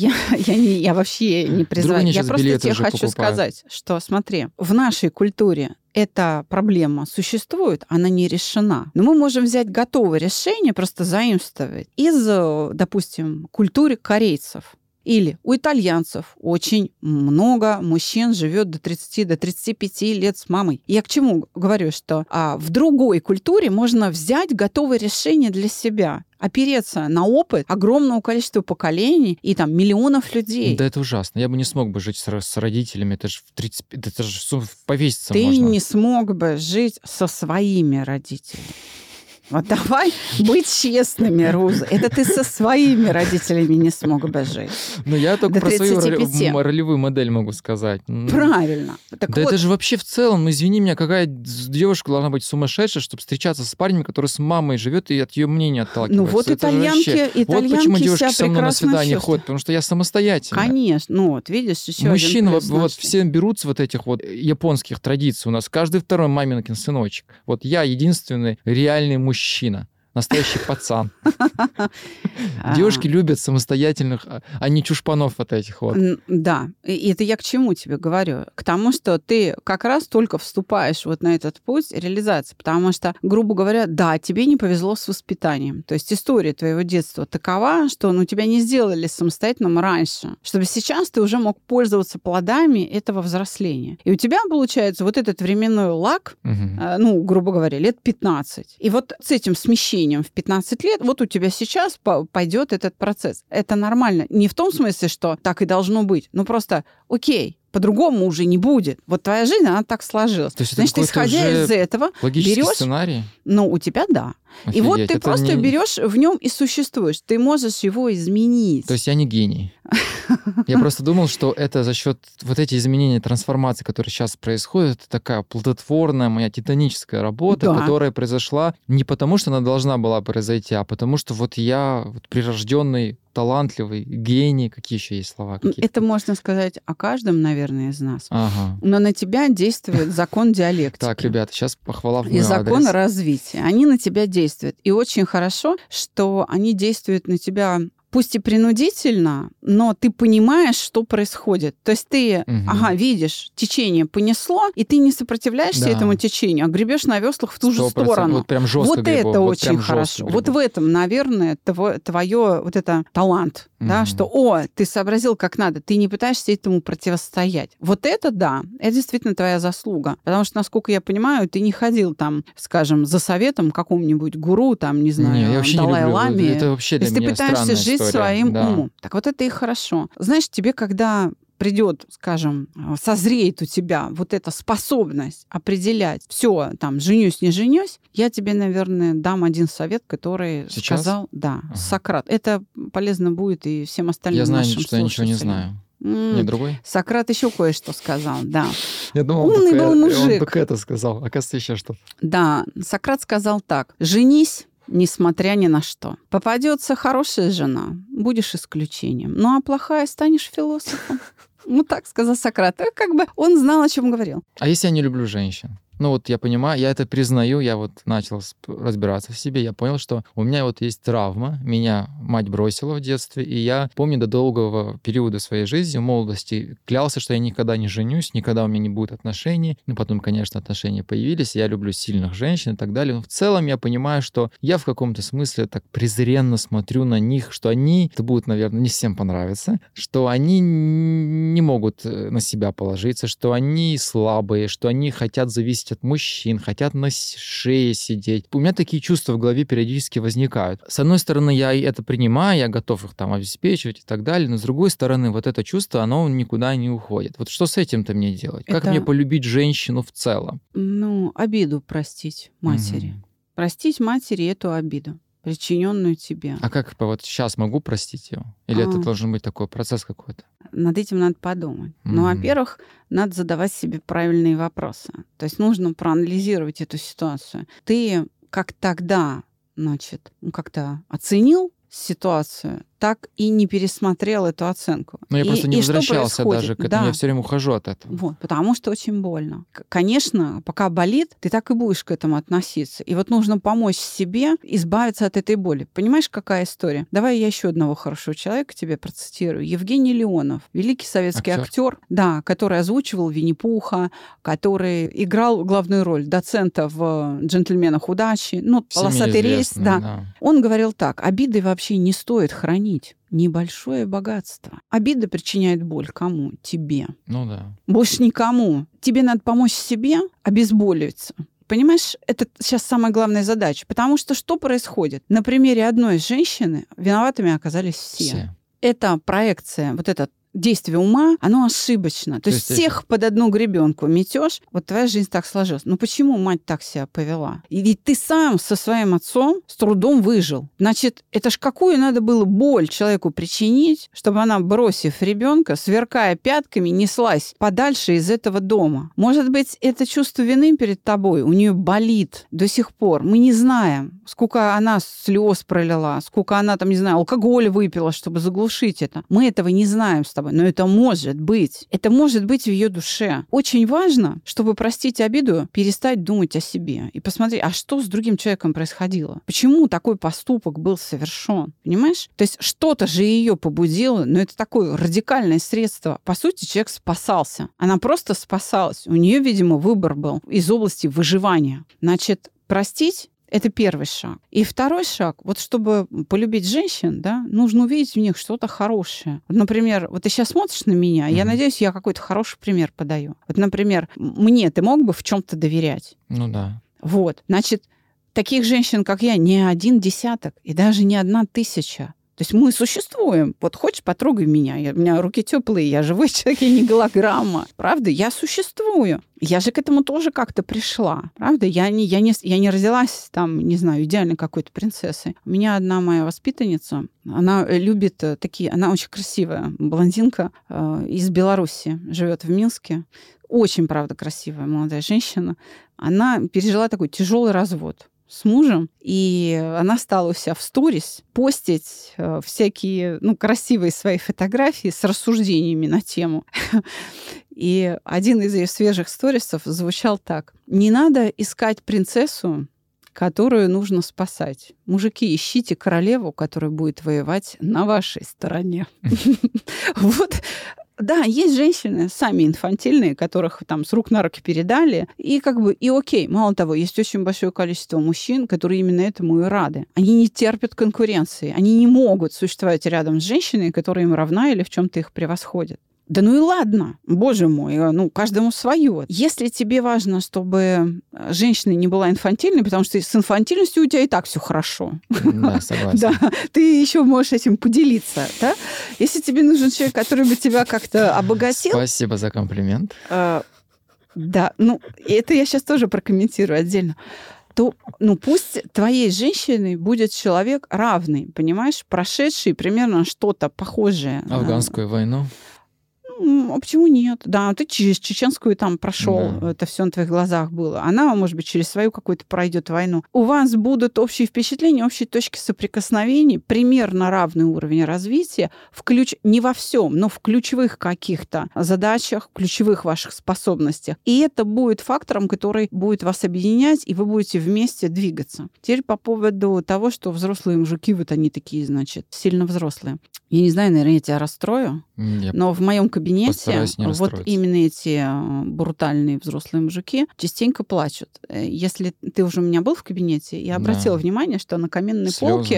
я вообще не призываю. они Я щас просто билеты тебе уже хочу покупают. сказать, что, смотри, в нашей культуре эта проблема существует, она не решена. Но мы можем взять готовое решение, просто заимствовать из, допустим, культуры корейцев. Или у итальянцев очень много мужчин живет до 30, до 35 лет с мамой. Я к чему говорю, что в другой культуре можно взять готовое решение для себя, опереться на опыт огромного количества поколений и там миллионов людей. Да это ужасно. Я бы не смог бы жить с родителями. Это же в 30... Это же повеситься Ты можно. не смог бы жить со своими родителями. Вот давай быть честными, Руза. Это ты со своими родителями не смог бы жить. Ну, я только До про свою 35. ролевую модель могу сказать. Правильно. Так Да вот, это же вообще в целом, ну извини меня, какая девушка должна быть сумасшедшая, чтобы встречаться с парнем, который с мамой живет и от ее мнения отталкивается. ну вот Это же вообще- Вот почему девушки себя со мной на прекрасно свидание чувствуют. ходят, потому что я самостоятельная. Конечно. Ну вот, видишь, еще Мужчины один плюс вот нашли. все берутся вот этих вот японских традиций. У нас каждый второй маминкин сыночек. Вот я единственный реальный мужчина. Настоящий пацан. Девушки любят самостоятельных, а не чушпанов вот этих вот. Да. И это я к чему тебе говорю? К тому, что ты как раз только вступаешь вот на этот путь реализации. Потому что, грубо говоря, да, тебе не повезло с воспитанием. То есть история твоего детства такова, что тебя не сделали самостоятельным раньше, чтобы сейчас ты уже мог пользоваться плодами этого взросления. И у тебя получается вот этот временной лаг, Мгм. грубо говоря, лет 15. И вот с этим смещением в 15 лет вот у тебя сейчас пойдет этот процесс. Это нормально. Не в том смысле, что так и должно быть. Ну просто окей, по-другому уже не будет. Вот твоя жизнь, она так сложилась. То есть это Значит, какой-то исходя уже из этого, логический берешь, сценарий? у тебя да. И вот Офигеть, ты это просто не- берешь в нем и существуешь. Ты можешь его изменить. То есть я не гений. Я просто думал, что это за счет вот эти изменения, трансформации, которые сейчас происходят, это такая плодотворная моя титаническая работа, Да. которая произошла не потому, что она должна была произойти, а потому что вот я вот прирожденный, талантливый, гений. Какие еще есть слова? Какие? Это можно сказать о каждом, наверное, из нас. Ага. Но на тебя действует закон диалектики. Так, ребята, сейчас похвала в И мой закон адрес. развития. Они на тебя действуют. И очень хорошо, что они действуют на тебя пусть и принудительно, но ты понимаешь, что происходит. То есть ты, Мгм. видишь, течение понесло, и ты не сопротивляешься Да. этому течению, а гребешь на веслах в ту же 100%. сторону. Вот прям жестко Вот гребу, это вот очень прям жестко хорошо. гребу. Вот в этом, наверное, твое вот это талант, да, Мгм. что, ты сообразил как надо, ты не пытаешься этому противостоять. Вот это да, это действительно твоя заслуга. Потому что, насколько я понимаю, ты не ходил там, скажем, за советом к какому-нибудь гуру, там, не знаю, Не, я вообще не люблю. Далай-ламе. Это вообще То для есть ты меня пытаешься странная жить история. своим Да. умом. Так вот это и хорошо. Знаешь, тебе, когда придет, скажем, созреет у тебя вот эта способность определять, все, там, женюсь, не женюсь, я тебе, наверное, дам один совет, который Сейчас? сказал, да, Ага. Сократ. Это полезно будет и всем остальным Я знаю, нашим что я ничего не слушателям. знаю. Нет, другой? Сократ еще кое-что сказал, да. Я думал, Умный был он мужик. только это сказал. Оказывается, еще что-то. Да, Сократ сказал так: женись, несмотря ни на что. Попадется хорошая жена, будешь исключением. Ну а плохая, станешь философом. Ну так сказал Сократ. Как бы он знал, о чем говорил. А если я не люблю женщин? Ну вот я понимаю, я это признаю, я вот начал разбираться в себе, я понял, что у меня вот есть травма, меня мать бросила в детстве, и я помню до долгого периода своей жизни, в молодости, клялся, что я никогда не женюсь, никогда у меня не будет отношений. Ну потом, конечно, отношения появились, я люблю сильных женщин и так далее. Но в целом я понимаю, что я в каком-то смысле так презренно смотрю на них, что они, это будет, наверное, не всем понравится, что они не могут на себя положиться, что они слабые, что они хотят зависеть от мужчин, хотят на шее сидеть. У меня такие чувства в голове периодически возникают. С одной стороны, я это принимаю, я готов их там обеспечивать и так далее, но с другой стороны, вот это чувство, оно никуда не уходит. Вот что с этим-то мне делать? Как Это- мне полюбить женщину в целом? Ну, обиду простить матери. Мгм. Простить матери эту обиду. причиненную тебе. А как вот сейчас могу простить ее? Или это должен быть такой процесс какой-то? Над этим надо подумать. Ну, во-первых, надо задавать себе правильные вопросы. То есть нужно проанализировать эту ситуацию. Ты как тогда, значит, как-то оценил ситуацию, так и не пересмотрел эту оценку. Но я просто не возвращался даже к этому, да. Я все время ухожу от этого. Вот, потому что очень больно. Конечно, пока болит, ты так и будешь к этому относиться. И вот нужно помочь себе избавиться от этой боли. Понимаешь, какая история? Давай я еще одного хорошего человека тебе процитирую. Евгений Леонов, великий советский актер, да, который озвучивал Винни-Пуха, который играл главную роль доцента в «Джентльменах удачи», ну, «Полосатый рейс», да. Он говорил так: обиды вообще не стоит хранить. Небольшое богатство. Обида причиняет боль кому? Тебе. Ну да. Больше никому. Тебе надо помочь себе обезболиваться. Понимаешь, это сейчас самая главная задача. Потому что что происходит? На примере одной женщины виноватыми оказались все. Это проекция, вот этот действие ума, оно ошибочно. То есть всех под одну гребенку метешь, вот твоя жизнь так сложилась. Ну почему мать так себя повела? И ведь ты сам со своим отцом с трудом выжил. Значит, это ж какую надо было боль человеку причинить, чтобы она, бросив ребенка, сверкая пятками, неслась подальше из этого дома. Может быть, это чувство вины перед тобой у нее болит до сих пор. Мы не знаем, сколько она слез пролила, сколько она там, не знаю, алкоголь выпила, чтобы заглушить это. Мы этого не знаем с тобой. Но это может быть. Это может быть в ее душе. Очень важно, чтобы простить обиду, перестать думать о себе и посмотреть, а что с другим человеком происходило? Почему такой поступок был совершен? Понимаешь? То есть что-то же ее побудило, но это такое радикальное средство. По сути, человек спасался. Она просто спасалась. У нее, видимо, выбор был из области выживания. Значит, простить — это первый шаг. И второй шаг, вот чтобы полюбить женщин, да, нужно увидеть в них что-то хорошее. Вот, например, вот ты сейчас смотришь на меня, я надеюсь, я какой-то хороший пример подаю. Вот, например, мне ты мог бы в чем-то доверять? Ну да. Вот, значит, таких женщин, как я, не 1 десяток и даже не 1000. То есть мы существуем. Вот хочешь, потрогай меня. У меня руки теплые, я живой человек, я не голограмма. Правда, я существую. Я же к этому тоже как-то пришла. Правда, я не родилась там, не знаю, идеальной какой-то принцессой. У меня одна моя воспитанница, она любит такие, она очень красивая блондинка из Беларуси, живет в Минске. Очень, правда, красивая молодая женщина. Она пережила такой тяжелый развод с мужем, и она стала у себя в сторис постить всякие, красивые свои фотографии с рассуждениями на тему. И один из ее свежих сторисов звучал так: «Не надо искать принцессу, которую нужно спасать. Мужики, ищите королеву, которая будет воевать на вашей стороне». Вот. Да, есть женщины сами инфантильные, которых там с рук на руки передали, и и окей. Мало того, есть очень большое количество мужчин, которые именно этому и рады. Они не терпят конкуренции, они не могут существовать рядом с женщиной, которая им равна или в чем-то их превосходит. Да ну и ладно, боже мой, каждому свое. Если тебе важно, чтобы женщина не была инфантильной, потому что с инфантильностью у тебя и так все хорошо. Да, согласен. Да, ты еще можешь этим поделиться, да? Если тебе нужен человек, который бы тебя как-то обогатил... Спасибо за комплимент. Да, это я сейчас тоже прокомментирую отдельно. То, пусть твоей женщиной будет человек равный, понимаешь, прошедший примерно что-то похожее. Афганскую войну. А почему нет? Да, ты через чеченскую там прошел, да. Это все на твоих глазах было. Она, может быть, через свою какую-то пройдет войну. У вас будут общие впечатления, общие точки соприкосновений, примерно равный уровень развития, не во всем, но в ключевых каких-то задачах, в ключевых ваших способностях. И это будет фактором, который будет вас объединять, и вы будете вместе двигаться. Теперь по поводу того, что взрослые мужики, вот они такие, значит, сильно взрослые. Я не знаю, наверное, я тебя расстрою, но в моем кабинете вот именно эти брутальные взрослые мужики частенько плачут. Если ты уже у меня был в кабинете, я обратила внимание, что на каменной полке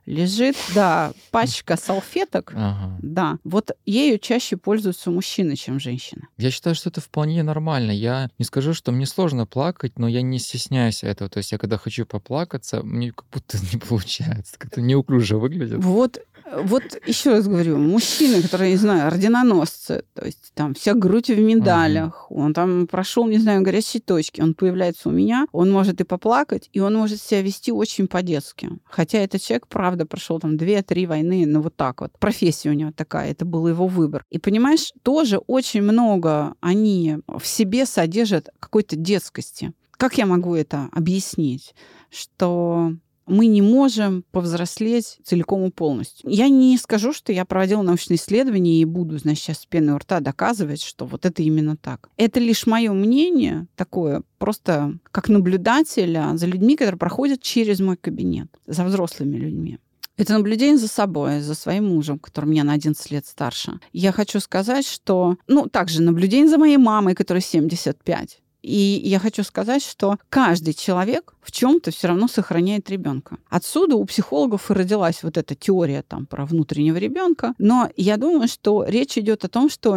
лежит, да, пачка салфеток, Ага. да, вот ею чаще пользуются мужчины, чем женщины. Я считаю, что это вполне нормально. Я не скажу, что мне сложно плакать, но я не стесняюсь этого. То есть я когда хочу поплакаться, мне как будто не получается. Как-то неуклюже выглядит. Вот еще раз говорю, мужчины, которые, не знаю, орденоносцы, то есть там вся грудь в медалях, он там прошел, не знаю, горячие точки, он появляется у меня, он может и поплакать, и он может себя вести очень по-детски. Хотя этот человек, правда, прошел там 2-3 войны, ну вот так вот. Профессия у него такая, это был его выбор. И понимаешь, тоже очень много они в себе содержат какой-то детскости. Как я могу это объяснить? Что мы не можем повзрослеть целиком и полностью. Я не скажу, что я проводила научные исследования и буду, значит, сейчас с пеной у рта доказывать, что вот это именно так. Это лишь мое мнение такое, просто как наблюдателя за людьми, которые проходят через мой кабинет, за взрослыми людьми. Это наблюдение за собой, за своим мужем, который меня на 11 лет старше. Я хочу сказать, что... также наблюдение за моей мамой, которой 75. И я хочу сказать, что каждый человек в чем-то все равно сохраняет ребенка. Отсюда у психологов и родилась вот эта теория там про внутреннего ребенка. Но я думаю, что речь идет о том, что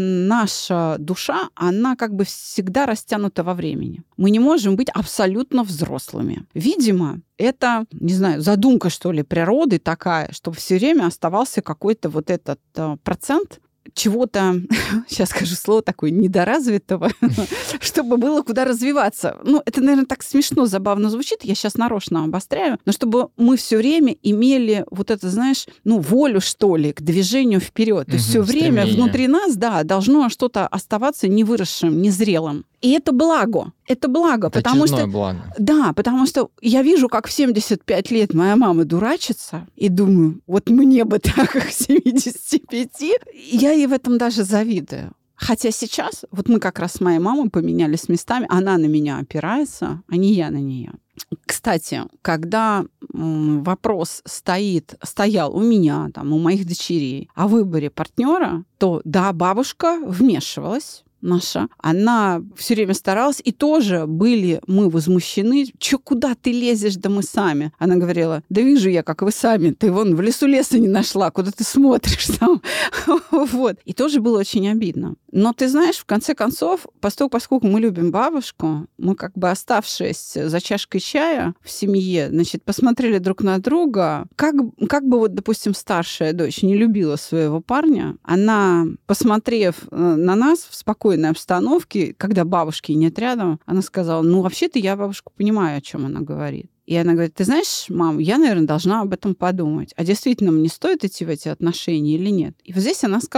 наша душа, она как бы всегда растянута во времени. Мы не можем быть абсолютно взрослыми. Видимо, это, не знаю, задумка, что ли, природы такая, чтобы все время оставался какой-то вот этот процент чего-то, сейчас скажу слово такое, недоразвитого, чтобы было куда развиваться. Это, наверное, так смешно, забавно звучит, я сейчас нарочно обостряю, но чтобы мы все время имели вот это, знаешь, волю, что ли, к движению вперед. То есть все время внутри нас, да, должно что-то оставаться невыросшим, незрелым. И это благо. Это благо, это потому что... благо. Да, потому что я вижу, как в 75 лет моя мама дурачится, и думаю, вот мне бы так, как 75. Я ей в этом даже завидую. Хотя сейчас, вот мы как раз с моей мамой поменялись местами, она на меня опирается, а не я на нее. Кстати, когда вопрос стоял у меня, там, у моих дочерей о выборе партнера, то да, бабушка вмешивалась. Наша, она все время старалась, и тоже были мы возмущены. Куда ты лезешь, да мы сами? Она говорила, да вижу я, как вы сами, ты вон в лесу леса не нашла, куда ты смотришь там. Вот. И тоже было очень обидно. Но ты знаешь, в конце концов, поскольку мы любим бабушку, мы как бы оставшись за чашкой чая в семье, значит, посмотрели друг на друга. Как бы вот, допустим, старшая дочь не любила своего парня, она, посмотрев на нас в спокойной обстановке, когда бабушки нет рядом, она сказала, вообще-то я бабушку понимаю, о чем она говорит. И она говорит, ты знаешь, мам, я, наверное, должна об этом подумать. А действительно, мне стоит идти в эти отношения или нет? И вот здесь она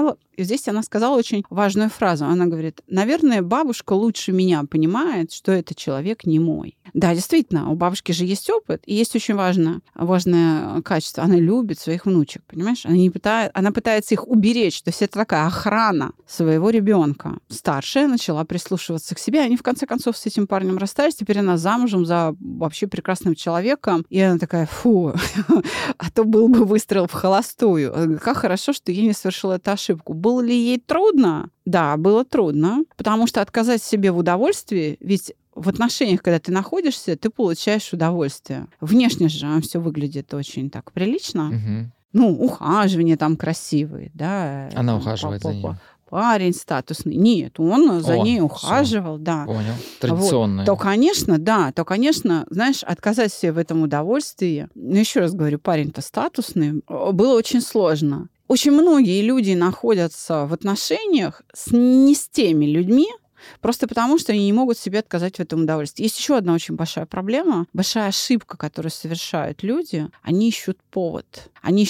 сказала очень важную фразу. Она говорит, наверное, бабушка лучше меня понимает, что этот человек не мой. Да, действительно, у бабушки же есть опыт, и есть очень важное качество. Она любит своих внучек, понимаешь? Она пытается их уберечь. То есть это такая охрана своего ребенка. Старшая начала прислушиваться к себе. Они, в конце концов, с этим парнем расстались. Теперь она замужем за вообще прекрасным человеком. И она такая, фу, а то был бы выстрел в холостую. Как хорошо, что я не совершила эту ошибку. Было ли ей трудно? Да, было трудно. Потому что отказать себе в удовольствии, ведь в отношениях, когда ты находишься, ты получаешь удовольствие. Внешне же все выглядит очень так прилично. Ухаживание там красивые, да. Она ухаживает за ним. Парень статусный. Нет, он за ней ухаживал, да. Понял. Традиционное. То, конечно, знаешь, отказать себе в этом удовольствии, еще раз говорю, парень-то статусный, было очень сложно. Очень многие люди находятся в отношениях не с теми людьми, просто потому, что они не могут себе отказать в этом удовольствии. Есть еще одна очень большая проблема, большая ошибка, которую совершают люди. Они ищут повод.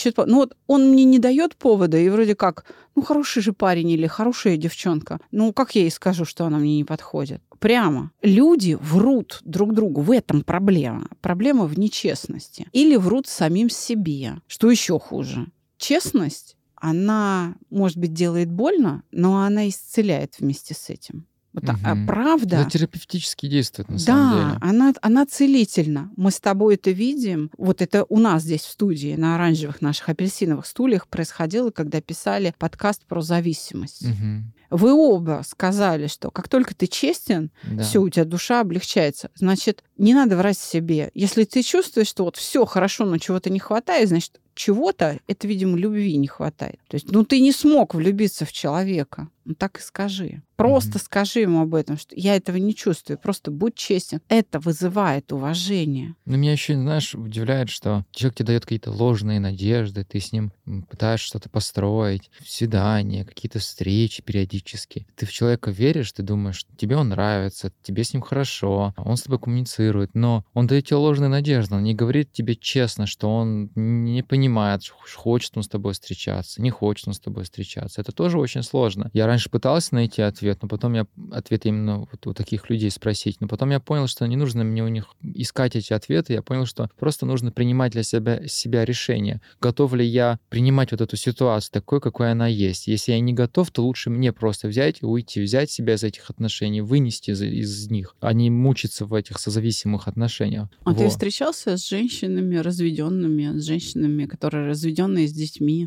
Он мне не дает повода, и вроде как, хороший же парень или хорошая девчонка. Как я ей скажу, что она мне не подходит? Прямо. Люди врут друг другу. В этом проблема. Проблема в нечестности. Или врут самим себе. Что еще хуже? Честность, она, может быть, делает больно, но она исцеляет вместе с этим. А правда... Это терапевтически действует, на самом деле. Да, она целительна. Мы с тобой это видим. Вот это у нас здесь в студии, на оранжевых наших апельсиновых стульях происходило, когда писали подкаст про зависимость. Вы оба сказали, что как только ты честен, все, у тебя душа облегчается. Значит, Не надо врать себе. Если ты чувствуешь, что вот все хорошо, но чего-то не хватает, значит, чего-то, это, видимо, любви не хватает. То есть, ты не смог влюбиться в человека. Так и скажи. Просто скажи ему об этом, что я этого не чувствую. Просто будь честен. Это вызывает уважение. Но меня еще, знаешь, удивляет, что человек тебе дает какие-то ложные надежды, ты с ним пытаешься что-то построить, свидания, какие-то встречи периодически. Ты в человека веришь, ты думаешь, тебе он нравится, тебе с ним хорошо, он с тобой коммуницирует, но он дает тебе ложные надежды, он не говорит тебе честно, что он не понимает, хочет он с тобой встречаться, не хочет он с тобой встречаться. Это тоже очень сложно. Я раньше пытался найти ответ, но потом ответ именно вот у таких людей спросить, но потом я понял, что не нужно мне у них искать эти ответы, я понял, что просто нужно принимать для себя решение. Готов ли я принимать вот эту ситуацию такой, какой она есть? Если я не готов, то лучше мне просто взять и уйти, взять себя из этих отношений, вынести из них, а не мучиться в этих созависимых отношениях. А ты встречался с женщинами разведенными, с женщинами, которые разведенные с детьми?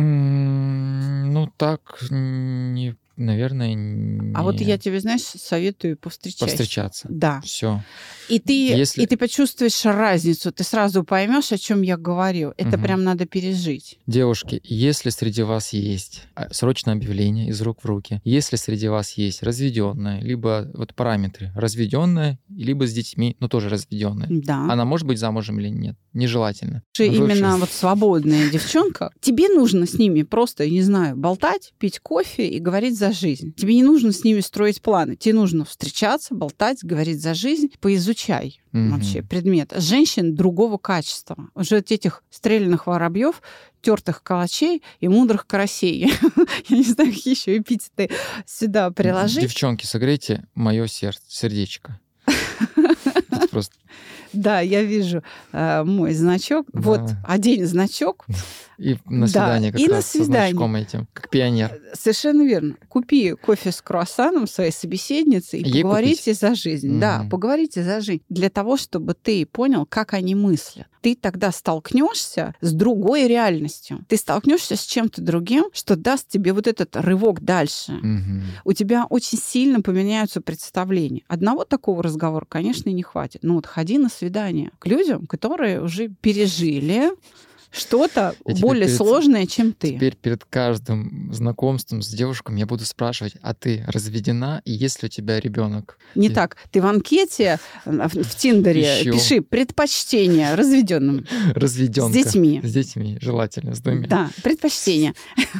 Так, наверное, не... А вот я тебе, знаешь, советую повстречаться. Да. Все. И ты почувствуешь разницу, ты сразу поймешь, о чем я говорю. Это прям надо пережить. Девушки, если среди вас есть срочное объявление из рук в руки, если среди вас есть разведенная, либо вот параметры разведенная, либо с детьми, но тоже разведенная, да. Она может быть замужем или нет? Нежелательно. Именно вот свободная девчонка, тебе нужно с ними просто, не знаю, болтать, пить кофе и говорить за жизнь. Тебе не нужно с ними строить планы. Тебе нужно встречаться, болтать, говорить за жизнь. Поизучай вообще предмет. Женщин другого качества. Уже от этих стрелянных воробьев, тертых калачей и мудрых карасей. Я не знаю, какие еще эпитеты сюда приложить. Девчонки, согрейте мое сердечко. Просто... Да, я вижу мой значок. Да. Вот, одень значок. И на свидание как раз со значком этим, как пионер. Совершенно верно. Купи кофе с круассаном своей собеседнице и поговорите за жизнь. Да, поговорите за жизнь. Для того, чтобы ты понял, как они мыслят. Ты тогда столкнешься с другой реальностью. Ты столкнешься с чем-то другим, что даст тебе вот этот рывок дальше. У тебя очень сильно поменяются представления. Одного такого разговора, конечно, не хватит. Но вот ходи на свидание к людям, которые уже пережили что-то более сложное, чем ты. Теперь перед каждым знакомством с девушками я буду спрашивать, а ты разведена, и есть ли у тебя ребенок? Не так. Ты в анкете в Тиндере пиши предпочтение разведенным. Разведенка. С детьми. С детьми, желательно, с двумя. Да, предпочтение.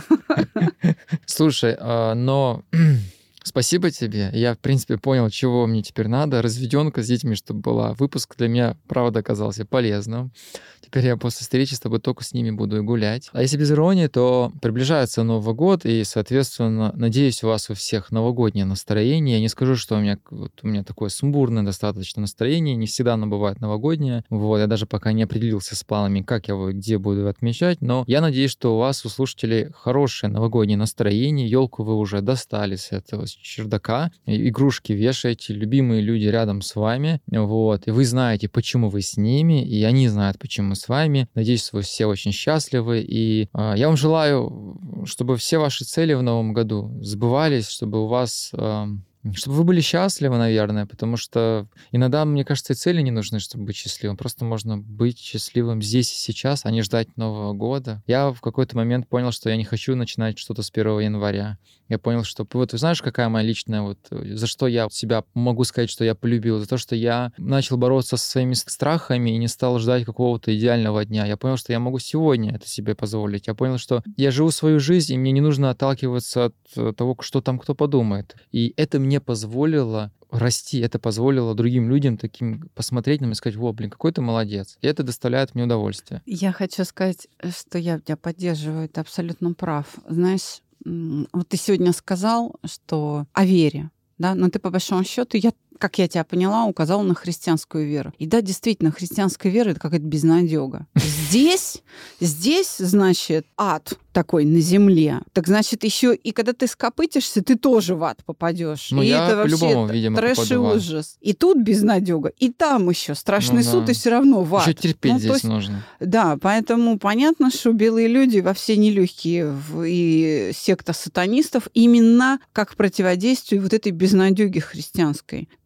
Слушай, но... Спасибо тебе. Я, в принципе, понял, чего мне теперь надо. Разведенка с детьми, чтобы была. Выпуск для меня, правда, оказался полезным. Теперь я после встречи с тобой только с ними буду и гулять. А если без иронии, то приближается Новый год, и, соответственно, надеюсь, у вас у всех новогоднее настроение. Я не скажу, что у меня такое сумбурное достаточно настроение. Не всегда оно бывает новогоднее. Я даже пока не определился с планами, как я его, где буду отмечать. Но я надеюсь, что у вас, у слушателей, хорошее новогоднее настроение. Елку вы уже достали с этого чердака, игрушки вешаете, любимые люди рядом с вами, и вы знаете, почему вы с ними, и они знают, почему мы с вами. Надеюсь, вы все очень счастливы, и я вам желаю, чтобы все ваши цели в новом году сбывались, чтобы у вас... Чтобы вы были счастливы, наверное, потому что иногда, мне кажется, и цели не нужны, чтобы быть счастливым. Просто можно быть счастливым здесь и сейчас, а не ждать Нового года. Я в какой-то момент понял, что я не хочу начинать что-то с 1 января. Я понял, что... Вы знаешь, какая моя личная... За что я себя могу сказать, что я полюбил? За то, что я начал бороться со своими страхами и не стал ждать какого-то идеального дня. Я понял, что я могу сегодня это себе позволить. Я понял, что я живу свою жизнь, и мне не нужно отталкиваться от того, что там кто подумает. И это мне позволило расти, это позволило другим людям таким посмотреть на меня и сказать: «Во, блин, какой ты молодец». И это доставляет мне удовольствие. Я хочу сказать, что я тебя поддерживаю, ты абсолютно прав. Знаешь, вот ты сегодня сказал, что о вере, да, но ты по большому счету, как я тебя поняла, указала на христианскую веру. И да, действительно, христианская вера — это какая-то безнадёга. Здесь, значит, ад такой на земле. Так значит, еще и когда ты скопытишься, ты тоже в ад попадешь. Ну, и я это вообще по-любому, видимо, трэш и попаду в ад. ужас. И тут безнадёга, и там еще страшный суд, и все равно в ад. Еще терпеть здесь нужно. Да, поэтому понятно, что белые люди во все нелегкие и секта сатанистов именно как противодействие вот этой безнадёге христианской.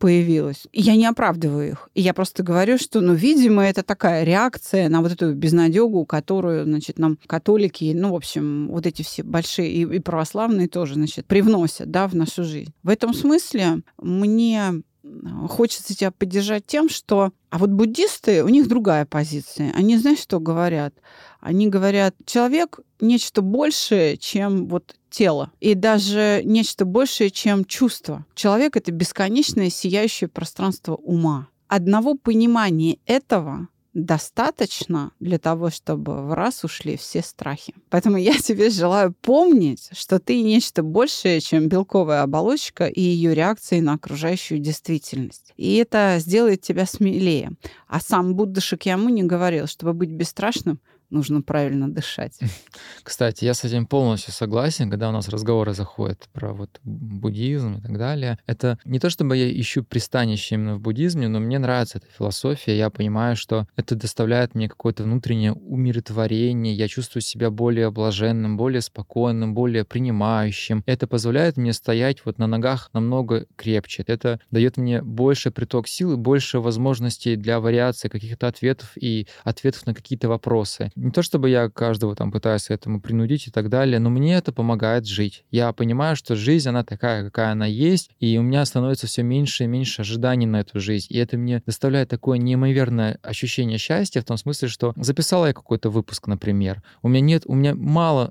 появилось. И я не оправдываю их. И я просто говорю, что, видимо, это такая реакция на вот эту безнадегу, которую, значит, нам католики, в общем, вот эти все большие и православные тоже, значит, привносят, да, в нашу жизнь. В этом смысле мне хочется тебя поддержать тем, что... А вот буддисты, у них другая позиция. Они, знаешь, что говорят? Они говорят, человек — нечто большее, чем вот тело. И даже нечто большее, чем чувство. Человек — это бесконечное сияющее пространство ума. Одного понимания этого достаточно для того, чтобы в раз ушли все страхи. Поэтому я тебе желаю помнить, что ты нечто большее, чем белковая оболочка и ее реакции на окружающую действительность. И это сделает тебя смелее. А сам Будда Шакьямуни говорил, чтобы быть бесстрашным, нужно правильно дышать. Кстати, я с этим полностью согласен, когда у нас разговоры заходят про вот буддизм и так далее. Это не то, чтобы я ищу пристанище именно в буддизме, но мне нравится эта философия. Я понимаю, что это доставляет мне какое-то внутреннее умиротворение. Я чувствую себя более блаженным, более спокойным, более принимающим. Это позволяет мне стоять вот на ногах намного крепче. Это дает мне больше приток сил и больше возможностей для вариации каких-то ответов и ответов на какие-то вопросы. Не то чтобы я каждого там пытаюсь этому принудить и так далее, но мне это помогает жить. Я понимаю, что жизнь, она такая, какая она есть, и у меня становится все меньше и меньше ожиданий на эту жизнь. И это мне доставляет такое неимоверное ощущение счастья в том смысле, что записала я какой-то выпуск, например. У меня мало,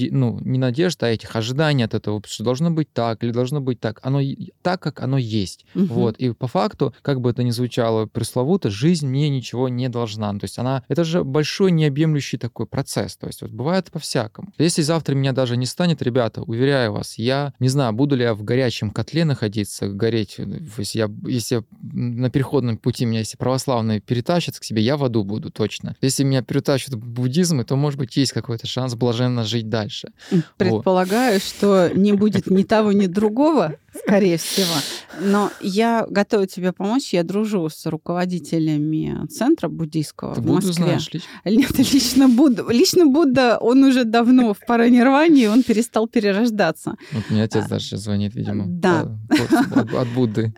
не надежд, а этих ожиданий от этого выпуска, что должно быть так или должно быть так. Оно так, как оно есть. Угу. Вот. И по факту, как бы это ни звучало пресловуто, жизнь мне ничего не должна. То есть это же большой необъемлющий такой процесс. То есть вот бывает по-всякому. Если завтра меня даже не станет, ребята, уверяю вас, я не знаю, буду ли я в горячем котле находиться, гореть, если на переходном пути меня, если православные перетащат к себе, я в аду буду точно. Если меня перетащат в буддизм, то, может быть, есть какой-то шанс блаженно жить дальше. Предполагаю, что не будет ни того, ни другого, скорее всего. Но я готова тебе помочь. Я дружу с руководителями центра буддийского в Москве. Знаешь, Нет, лично Будда. Лично Будда, он уже давно в паранирване, он перестал перерождаться. Вот мне отец даже сейчас звонит, видимо, да. от Будды.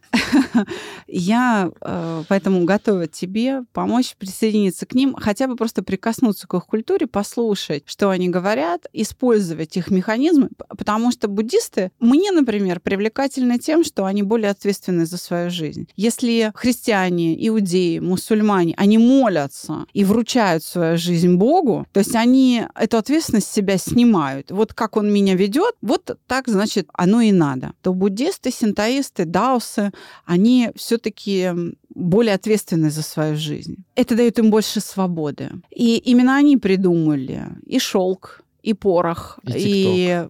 Я поэтому готова тебе помочь присоединиться к ним, хотя бы просто прикоснуться к их культуре, послушать, что они говорят, использовать их механизмы, потому что буддисты, мне, например, привлекательны тем, что они более ответственны за свою жизнь. Если христиане, иудеи, мусульмане, они молятся и вручают свою жизнь Богу, то есть они эту ответственность с себя снимают. Вот как он меня ведет, вот так, значит, оно и надо. То буддисты, синтоисты, даосы, они все-таки более ответственны за свою жизнь. Это дает им больше свободы. И именно они придумали и шелк, и порох, и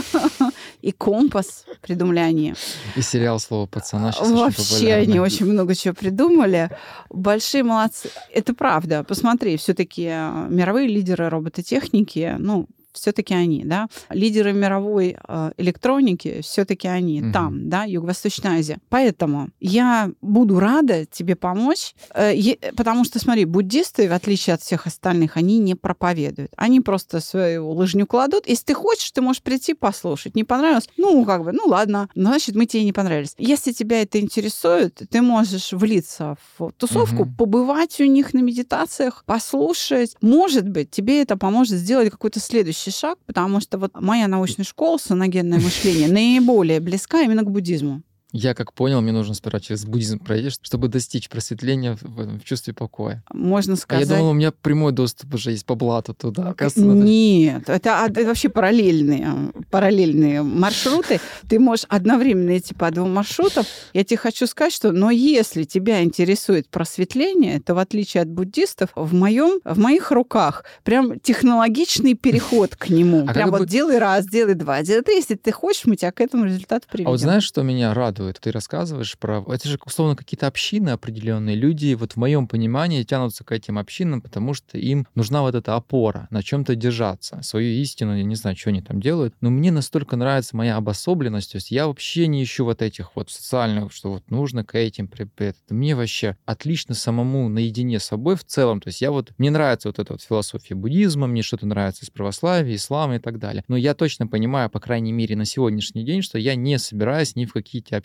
компас придумали они. И сериал «Слово пацана» сейчас вообще очень популярный. Они очень много чего придумали. Большие молодцы. Это правда. Посмотри, все-таки мировые лидеры робототехники, все-таки они, да, лидеры мировой электроники, все-таки они там, да, Юго-Восточная Азия. Поэтому я буду рада тебе помочь, потому что, смотри, буддисты, в отличие от всех остальных, они не проповедуют. Они просто свою лыжню кладут. Если ты хочешь, ты можешь прийти послушать. Не понравилось? Ладно. Значит, мы тебе не понравились. Если тебя это интересует, ты можешь влиться в тусовку, побывать у них на медитациях, послушать. Может быть, тебе это поможет сделать какой-то следующий шаг, потому что вот моя научная школа «Саногенное мышление» наиболее близка именно к буддизму. Я как понял, мне нужно сперва через буддизм пройти, чтобы достичь просветления в чувстве покоя. Можно сказать... А я думал, у меня прямой доступ уже есть по блату туда. Нет, это вообще параллельные маршруты. Ты можешь одновременно идти по двум маршрутам. Я тебе хочу сказать, что если тебя интересует просветление, то в отличие от буддистов, в моих руках прям технологичный переход к нему. Прям вот делай раз, делай два, делай три. Если ты хочешь, мы тебя к этому результату приведем. А вот знаешь, что меня радует? Ты рассказываешь про... Это же, условно, какие-то общины определенные. Люди, вот в моем понимании, тянутся к этим общинам, потому что им нужна вот эта опора, на чем-то держаться. Свою истину, я не знаю, что они там делают, но мне настолько нравится моя обособленность. То есть я вообще не ищу вот этих вот социальных, что вот нужно к этим... Мне вообще отлично самому наедине с собой в целом. То есть мне нравится вот эта вот философия буддизма, мне что-то нравится из православия, ислама и так далее. Но я точно понимаю, по крайней мере, на сегодняшний день, что я не собираюсь ни в какие-то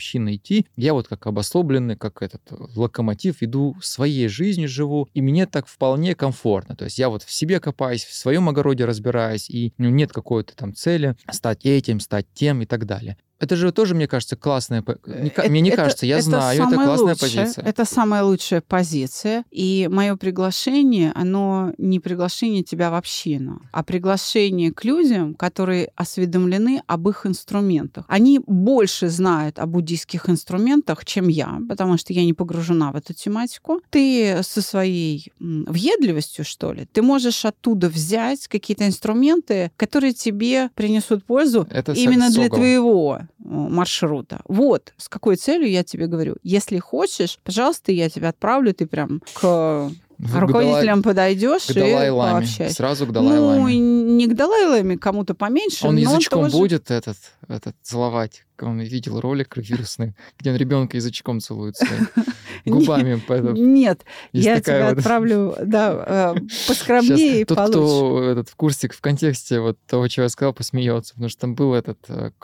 община идти. Я вот как обособленный, как этот локомотив, иду своей жизнью, живу, и мне так вполне комфортно. То есть я вот в себе копаюсь, в своем огороде разбираюсь, и нет какой-то там цели стать этим, стать тем и так далее. Это же тоже, мне кажется, классная... Мне не кажется, я знаю, это классная позиция. Это самая лучшая позиция. И мое приглашение, оно не приглашение тебя в общину, а приглашение к людям, которые осведомлены об их инструментах. Они больше знают о буддийских инструментах, чем я, потому что я не погружена в эту тематику. Ты со своей въедливостью, что ли, ты можешь оттуда взять какие-то инструменты, которые тебе принесут пользу именно для твоего маршрута. Вот с какой целью я тебе говорю. Если хочешь, пожалуйста, я тебя отправлю, ты прям к руководителям подойдешь и пообщайся. Сразу к Далай-ламе. Не к Далай-ламе, кому-то поменьше. Он язычком тоже... будет этот целовать. Он видел ролик вирусный, где он ребенка язычком целует своими губами. Нет, я тебя отправлю поскромнее и получше. Тот, кто в курсе, в контексте вот того, чего я сказал, посмеется, потому что там был этот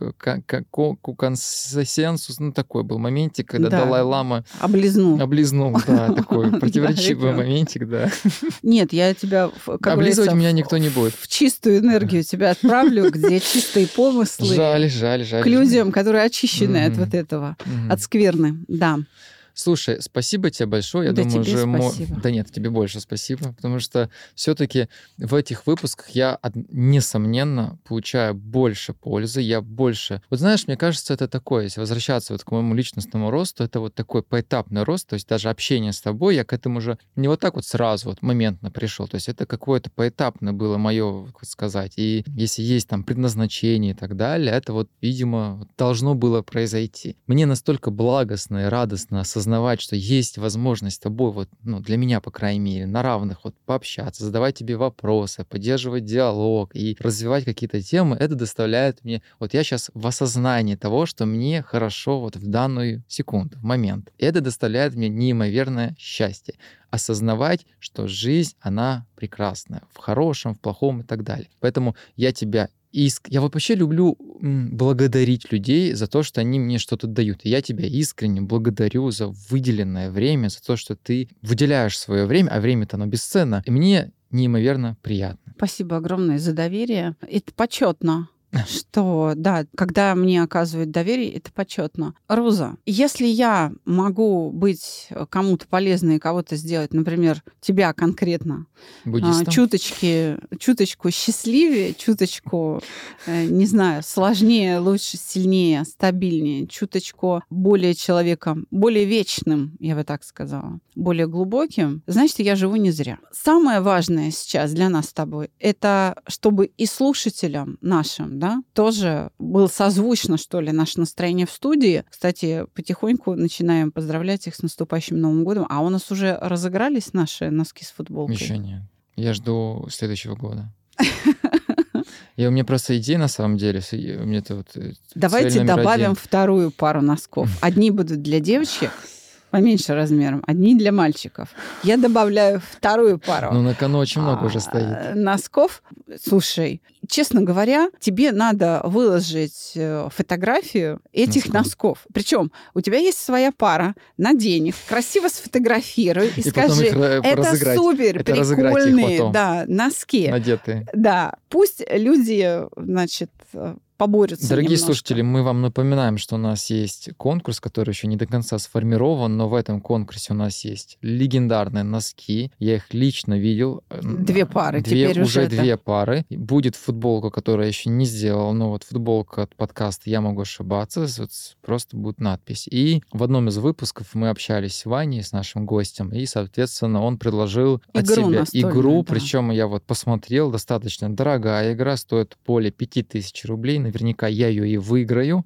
консенсус, такой был моментик, когда Далай-лама облизнул, да, такой противоречивый моментик, да. Нет, я тебя, как облизывать меня никто не будет. В чистую энергию тебя отправлю, где чистые помыслы. Жаль. К людям, которые очищены от вот этого, от скверны, да. Слушай, спасибо тебе большое. Я думаю, тебе спасибо. Да нет, тебе больше спасибо, потому что все-таки в этих выпусках я, несомненно, получаю больше пользы, я больше... Вот знаешь, мне кажется, это такое, если возвращаться вот к моему личностному росту, это вот такой поэтапный рост, то есть даже общение с тобой, я к этому уже не вот так вот сразу вот моментно пришел, то есть это какое-то поэтапно было мое, как сказать, и если есть там предназначение и так далее, это вот, видимо, должно было произойти. Мне настолько благостно и радостно осознавать, что есть возможность с тобой, вот, для меня, по крайней мере, на равных вот пообщаться, задавать тебе вопросы, поддерживать диалог и развивать какие-то темы, это доставляет мне... Вот я сейчас в осознании того, что мне хорошо вот в данную секунду, в момент. Это доставляет мне неимоверное счастье. Осознавать, что жизнь, она прекрасная, в хорошем, в плохом и так далее. Поэтому я тебя я вообще люблю благодарить людей за то, что они мне что-то дают. И я тебя искренне благодарю за выделенное время, за то, что ты выделяешь свое время, а время-то оно бесценно. И мне неимоверно приятно. Спасибо огромное за доверие. Это почетно. Что, да, когда мне оказывают доверие, это почетно. Руза, если я могу быть кому-то полезной и кого-то сделать, например, тебя конкретно, чуточку счастливее, чуточку, не знаю, сложнее, лучше, сильнее, стабильнее, чуточку более человеком, более вечным, я бы так сказала, более глубоким, значит, я живу не зря. Самое важное сейчас для нас с тобой, это чтобы и слушателям нашим, да, тоже было созвучно, что ли, наше настроение в студии. Кстати, потихоньку начинаем поздравлять их с наступающим Новым годом. А у нас уже разыгрались наши носки с футболкой? Еще нет. Я жду следующего года. И у меня просто идея, на самом деле. Давайте добавим вторую пару носков. Одни будут для девочек, поменьше размером, одни для мальчиков. Я добавляю вторую пару. На кону очень много уже стоит. Носков. Слушай, честно говоря, тебе надо выложить фотографию этих носков. Причем у тебя есть своя пара, надень их, красиво сфотографируй и скажи, это супер прикольные носки. Надетые. Да, пусть люди, значит, поборются. Дорогие немножко. слушатели, мы вам напоминаем, что у нас есть конкурс, который еще не до конца сформирован, но в этом конкурсе у нас есть легендарные носки. Я их лично видел. 2 пары. Теперь уже 2 пары. Будет футболка, которую я еще не сделал, но вот футболка от подкаста «Я могу ошибаться». Вот просто будет надпись. И в одном из выпусков мы общались с Ваней, с нашим гостем, и, соответственно, он предложил от себя игру, да. Причем я вот посмотрел, достаточно дорогая игра, стоит более 5000 рублей. Наверняка я ее и выиграю.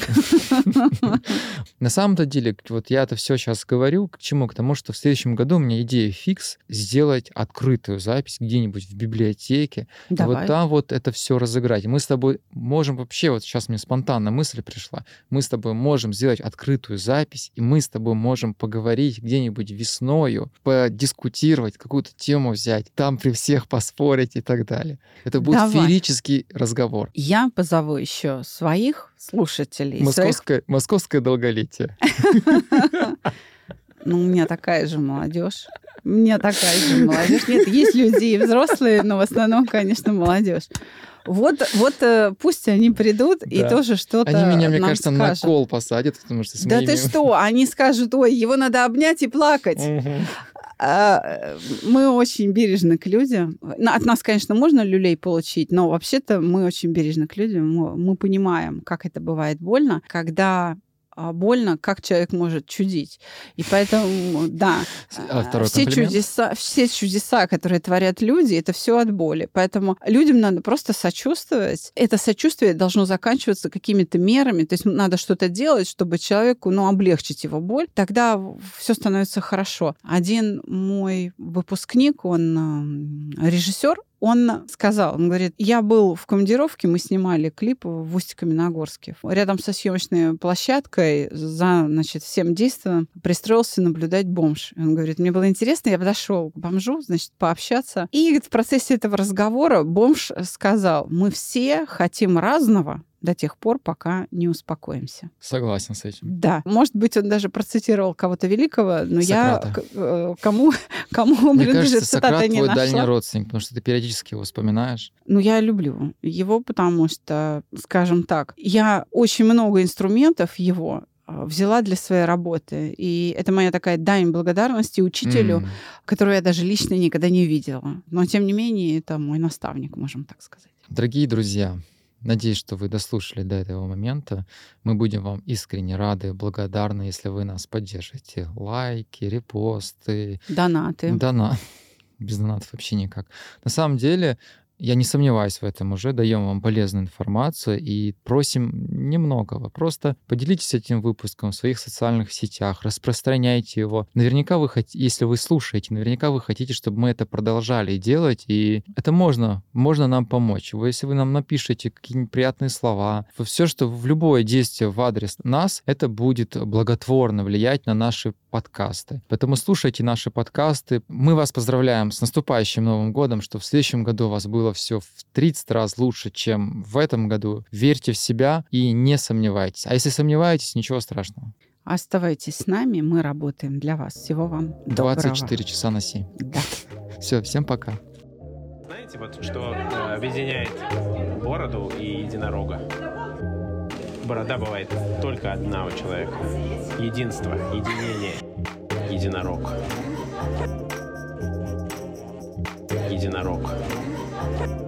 На самом-то деле, вот я это все сейчас говорю, к чему? К тому, что в следующем году у меня идея фикс сделать открытую запись где-нибудь в библиотеке. И вот там вот это все разыграть. Мы с тобой можем вообще, вот сейчас мне спонтанно мысль пришла, мы с тобой можем сделать открытую запись, и мы с тобой можем поговорить где-нибудь весною, подискутировать, какую-то тему взять, там при всех поспорить и так далее. Это будет феерический разговор. Я позову кого еще? Своих слушателей? Московское долголетие. Ну, у меня такая же молодежь. У меня такая же молодежь. Нет, есть люди и взрослые, но в основном, конечно, молодежь. Вот пусть они придут и тоже что-то нам скажут. Они меня, мне кажется, на кол посадят, потому что... Да ты что? Они скажут, ой, его надо обнять и плакать. Мы очень бережны к людям. От нас, конечно, можно люлей получить, но вообще-то мы очень бережны к людям. Мы понимаем, как это бывает больно, когда больно, как человек может чудить. И поэтому, да, все чудеса, которые творят люди, это все от боли. Поэтому людям надо просто сочувствовать. Это сочувствие должно заканчиваться какими-то мерами. То есть надо что-то делать, чтобы человеку, облегчить его боль. Тогда все становится хорошо. Один мой выпускник, он режиссер, он сказал, он говорит, я был в командировке, мы снимали клип в Усть-Каменогорске. Рядом со съемочной площадкой за, всем действием пристроился наблюдать бомж. Он говорит, мне было интересно, я подошел к бомжу, пообщаться. И в процессе этого разговора бомж сказал, мы все хотим разного, до тех пор, пока не успокоимся. Согласен с этим. Да. Может быть, он даже процитировал кого-то великого, но Сократа. Я кому Мне кажется, цитата Сократ не твой нашла. дальний родственник, потому что ты периодически его вспоминаешь. Я люблю его, потому что, скажем так, я очень много инструментов его взяла для своей работы. И это моя такая дань благодарности учителю, которую я даже лично никогда не видела. Но, тем не менее, это мой наставник, можем так сказать. Дорогие друзья, надеюсь, что вы дослушали до этого момента. Мы будем вам искренне рады, благодарны, если вы нас поддержите. Лайки, репосты. Донаты. Без донатов вообще никак. На самом деле, я не сомневаюсь в этом уже, даем вам полезную информацию и просим немногого. Просто поделитесь этим выпуском в своих социальных сетях, распространяйте его. Наверняка вы хотите, если вы слушаете, наверняка вы хотите, чтобы мы это продолжали делать, и это можно нам помочь. Если вы нам напишите какие-нибудь приятные слова, все, что в любое действие в адрес нас, это будет благотворно влиять на наши подкасты. Поэтому слушайте наши подкасты. Мы вас поздравляем с наступающим Новым годом, что в следующем году у вас было все в 30 раз лучше, чем в этом году. Верьте в себя и не сомневайтесь. А если сомневаетесь, ничего страшного. Оставайтесь с нами, мы работаем для вас. Всего вам доброго. 24 часа на 7. Да. Все, всем пока. Знаете, что объединяет бороду и единорога? Борода бывает только одна у человека. Единство, единение, единорог. Единорог.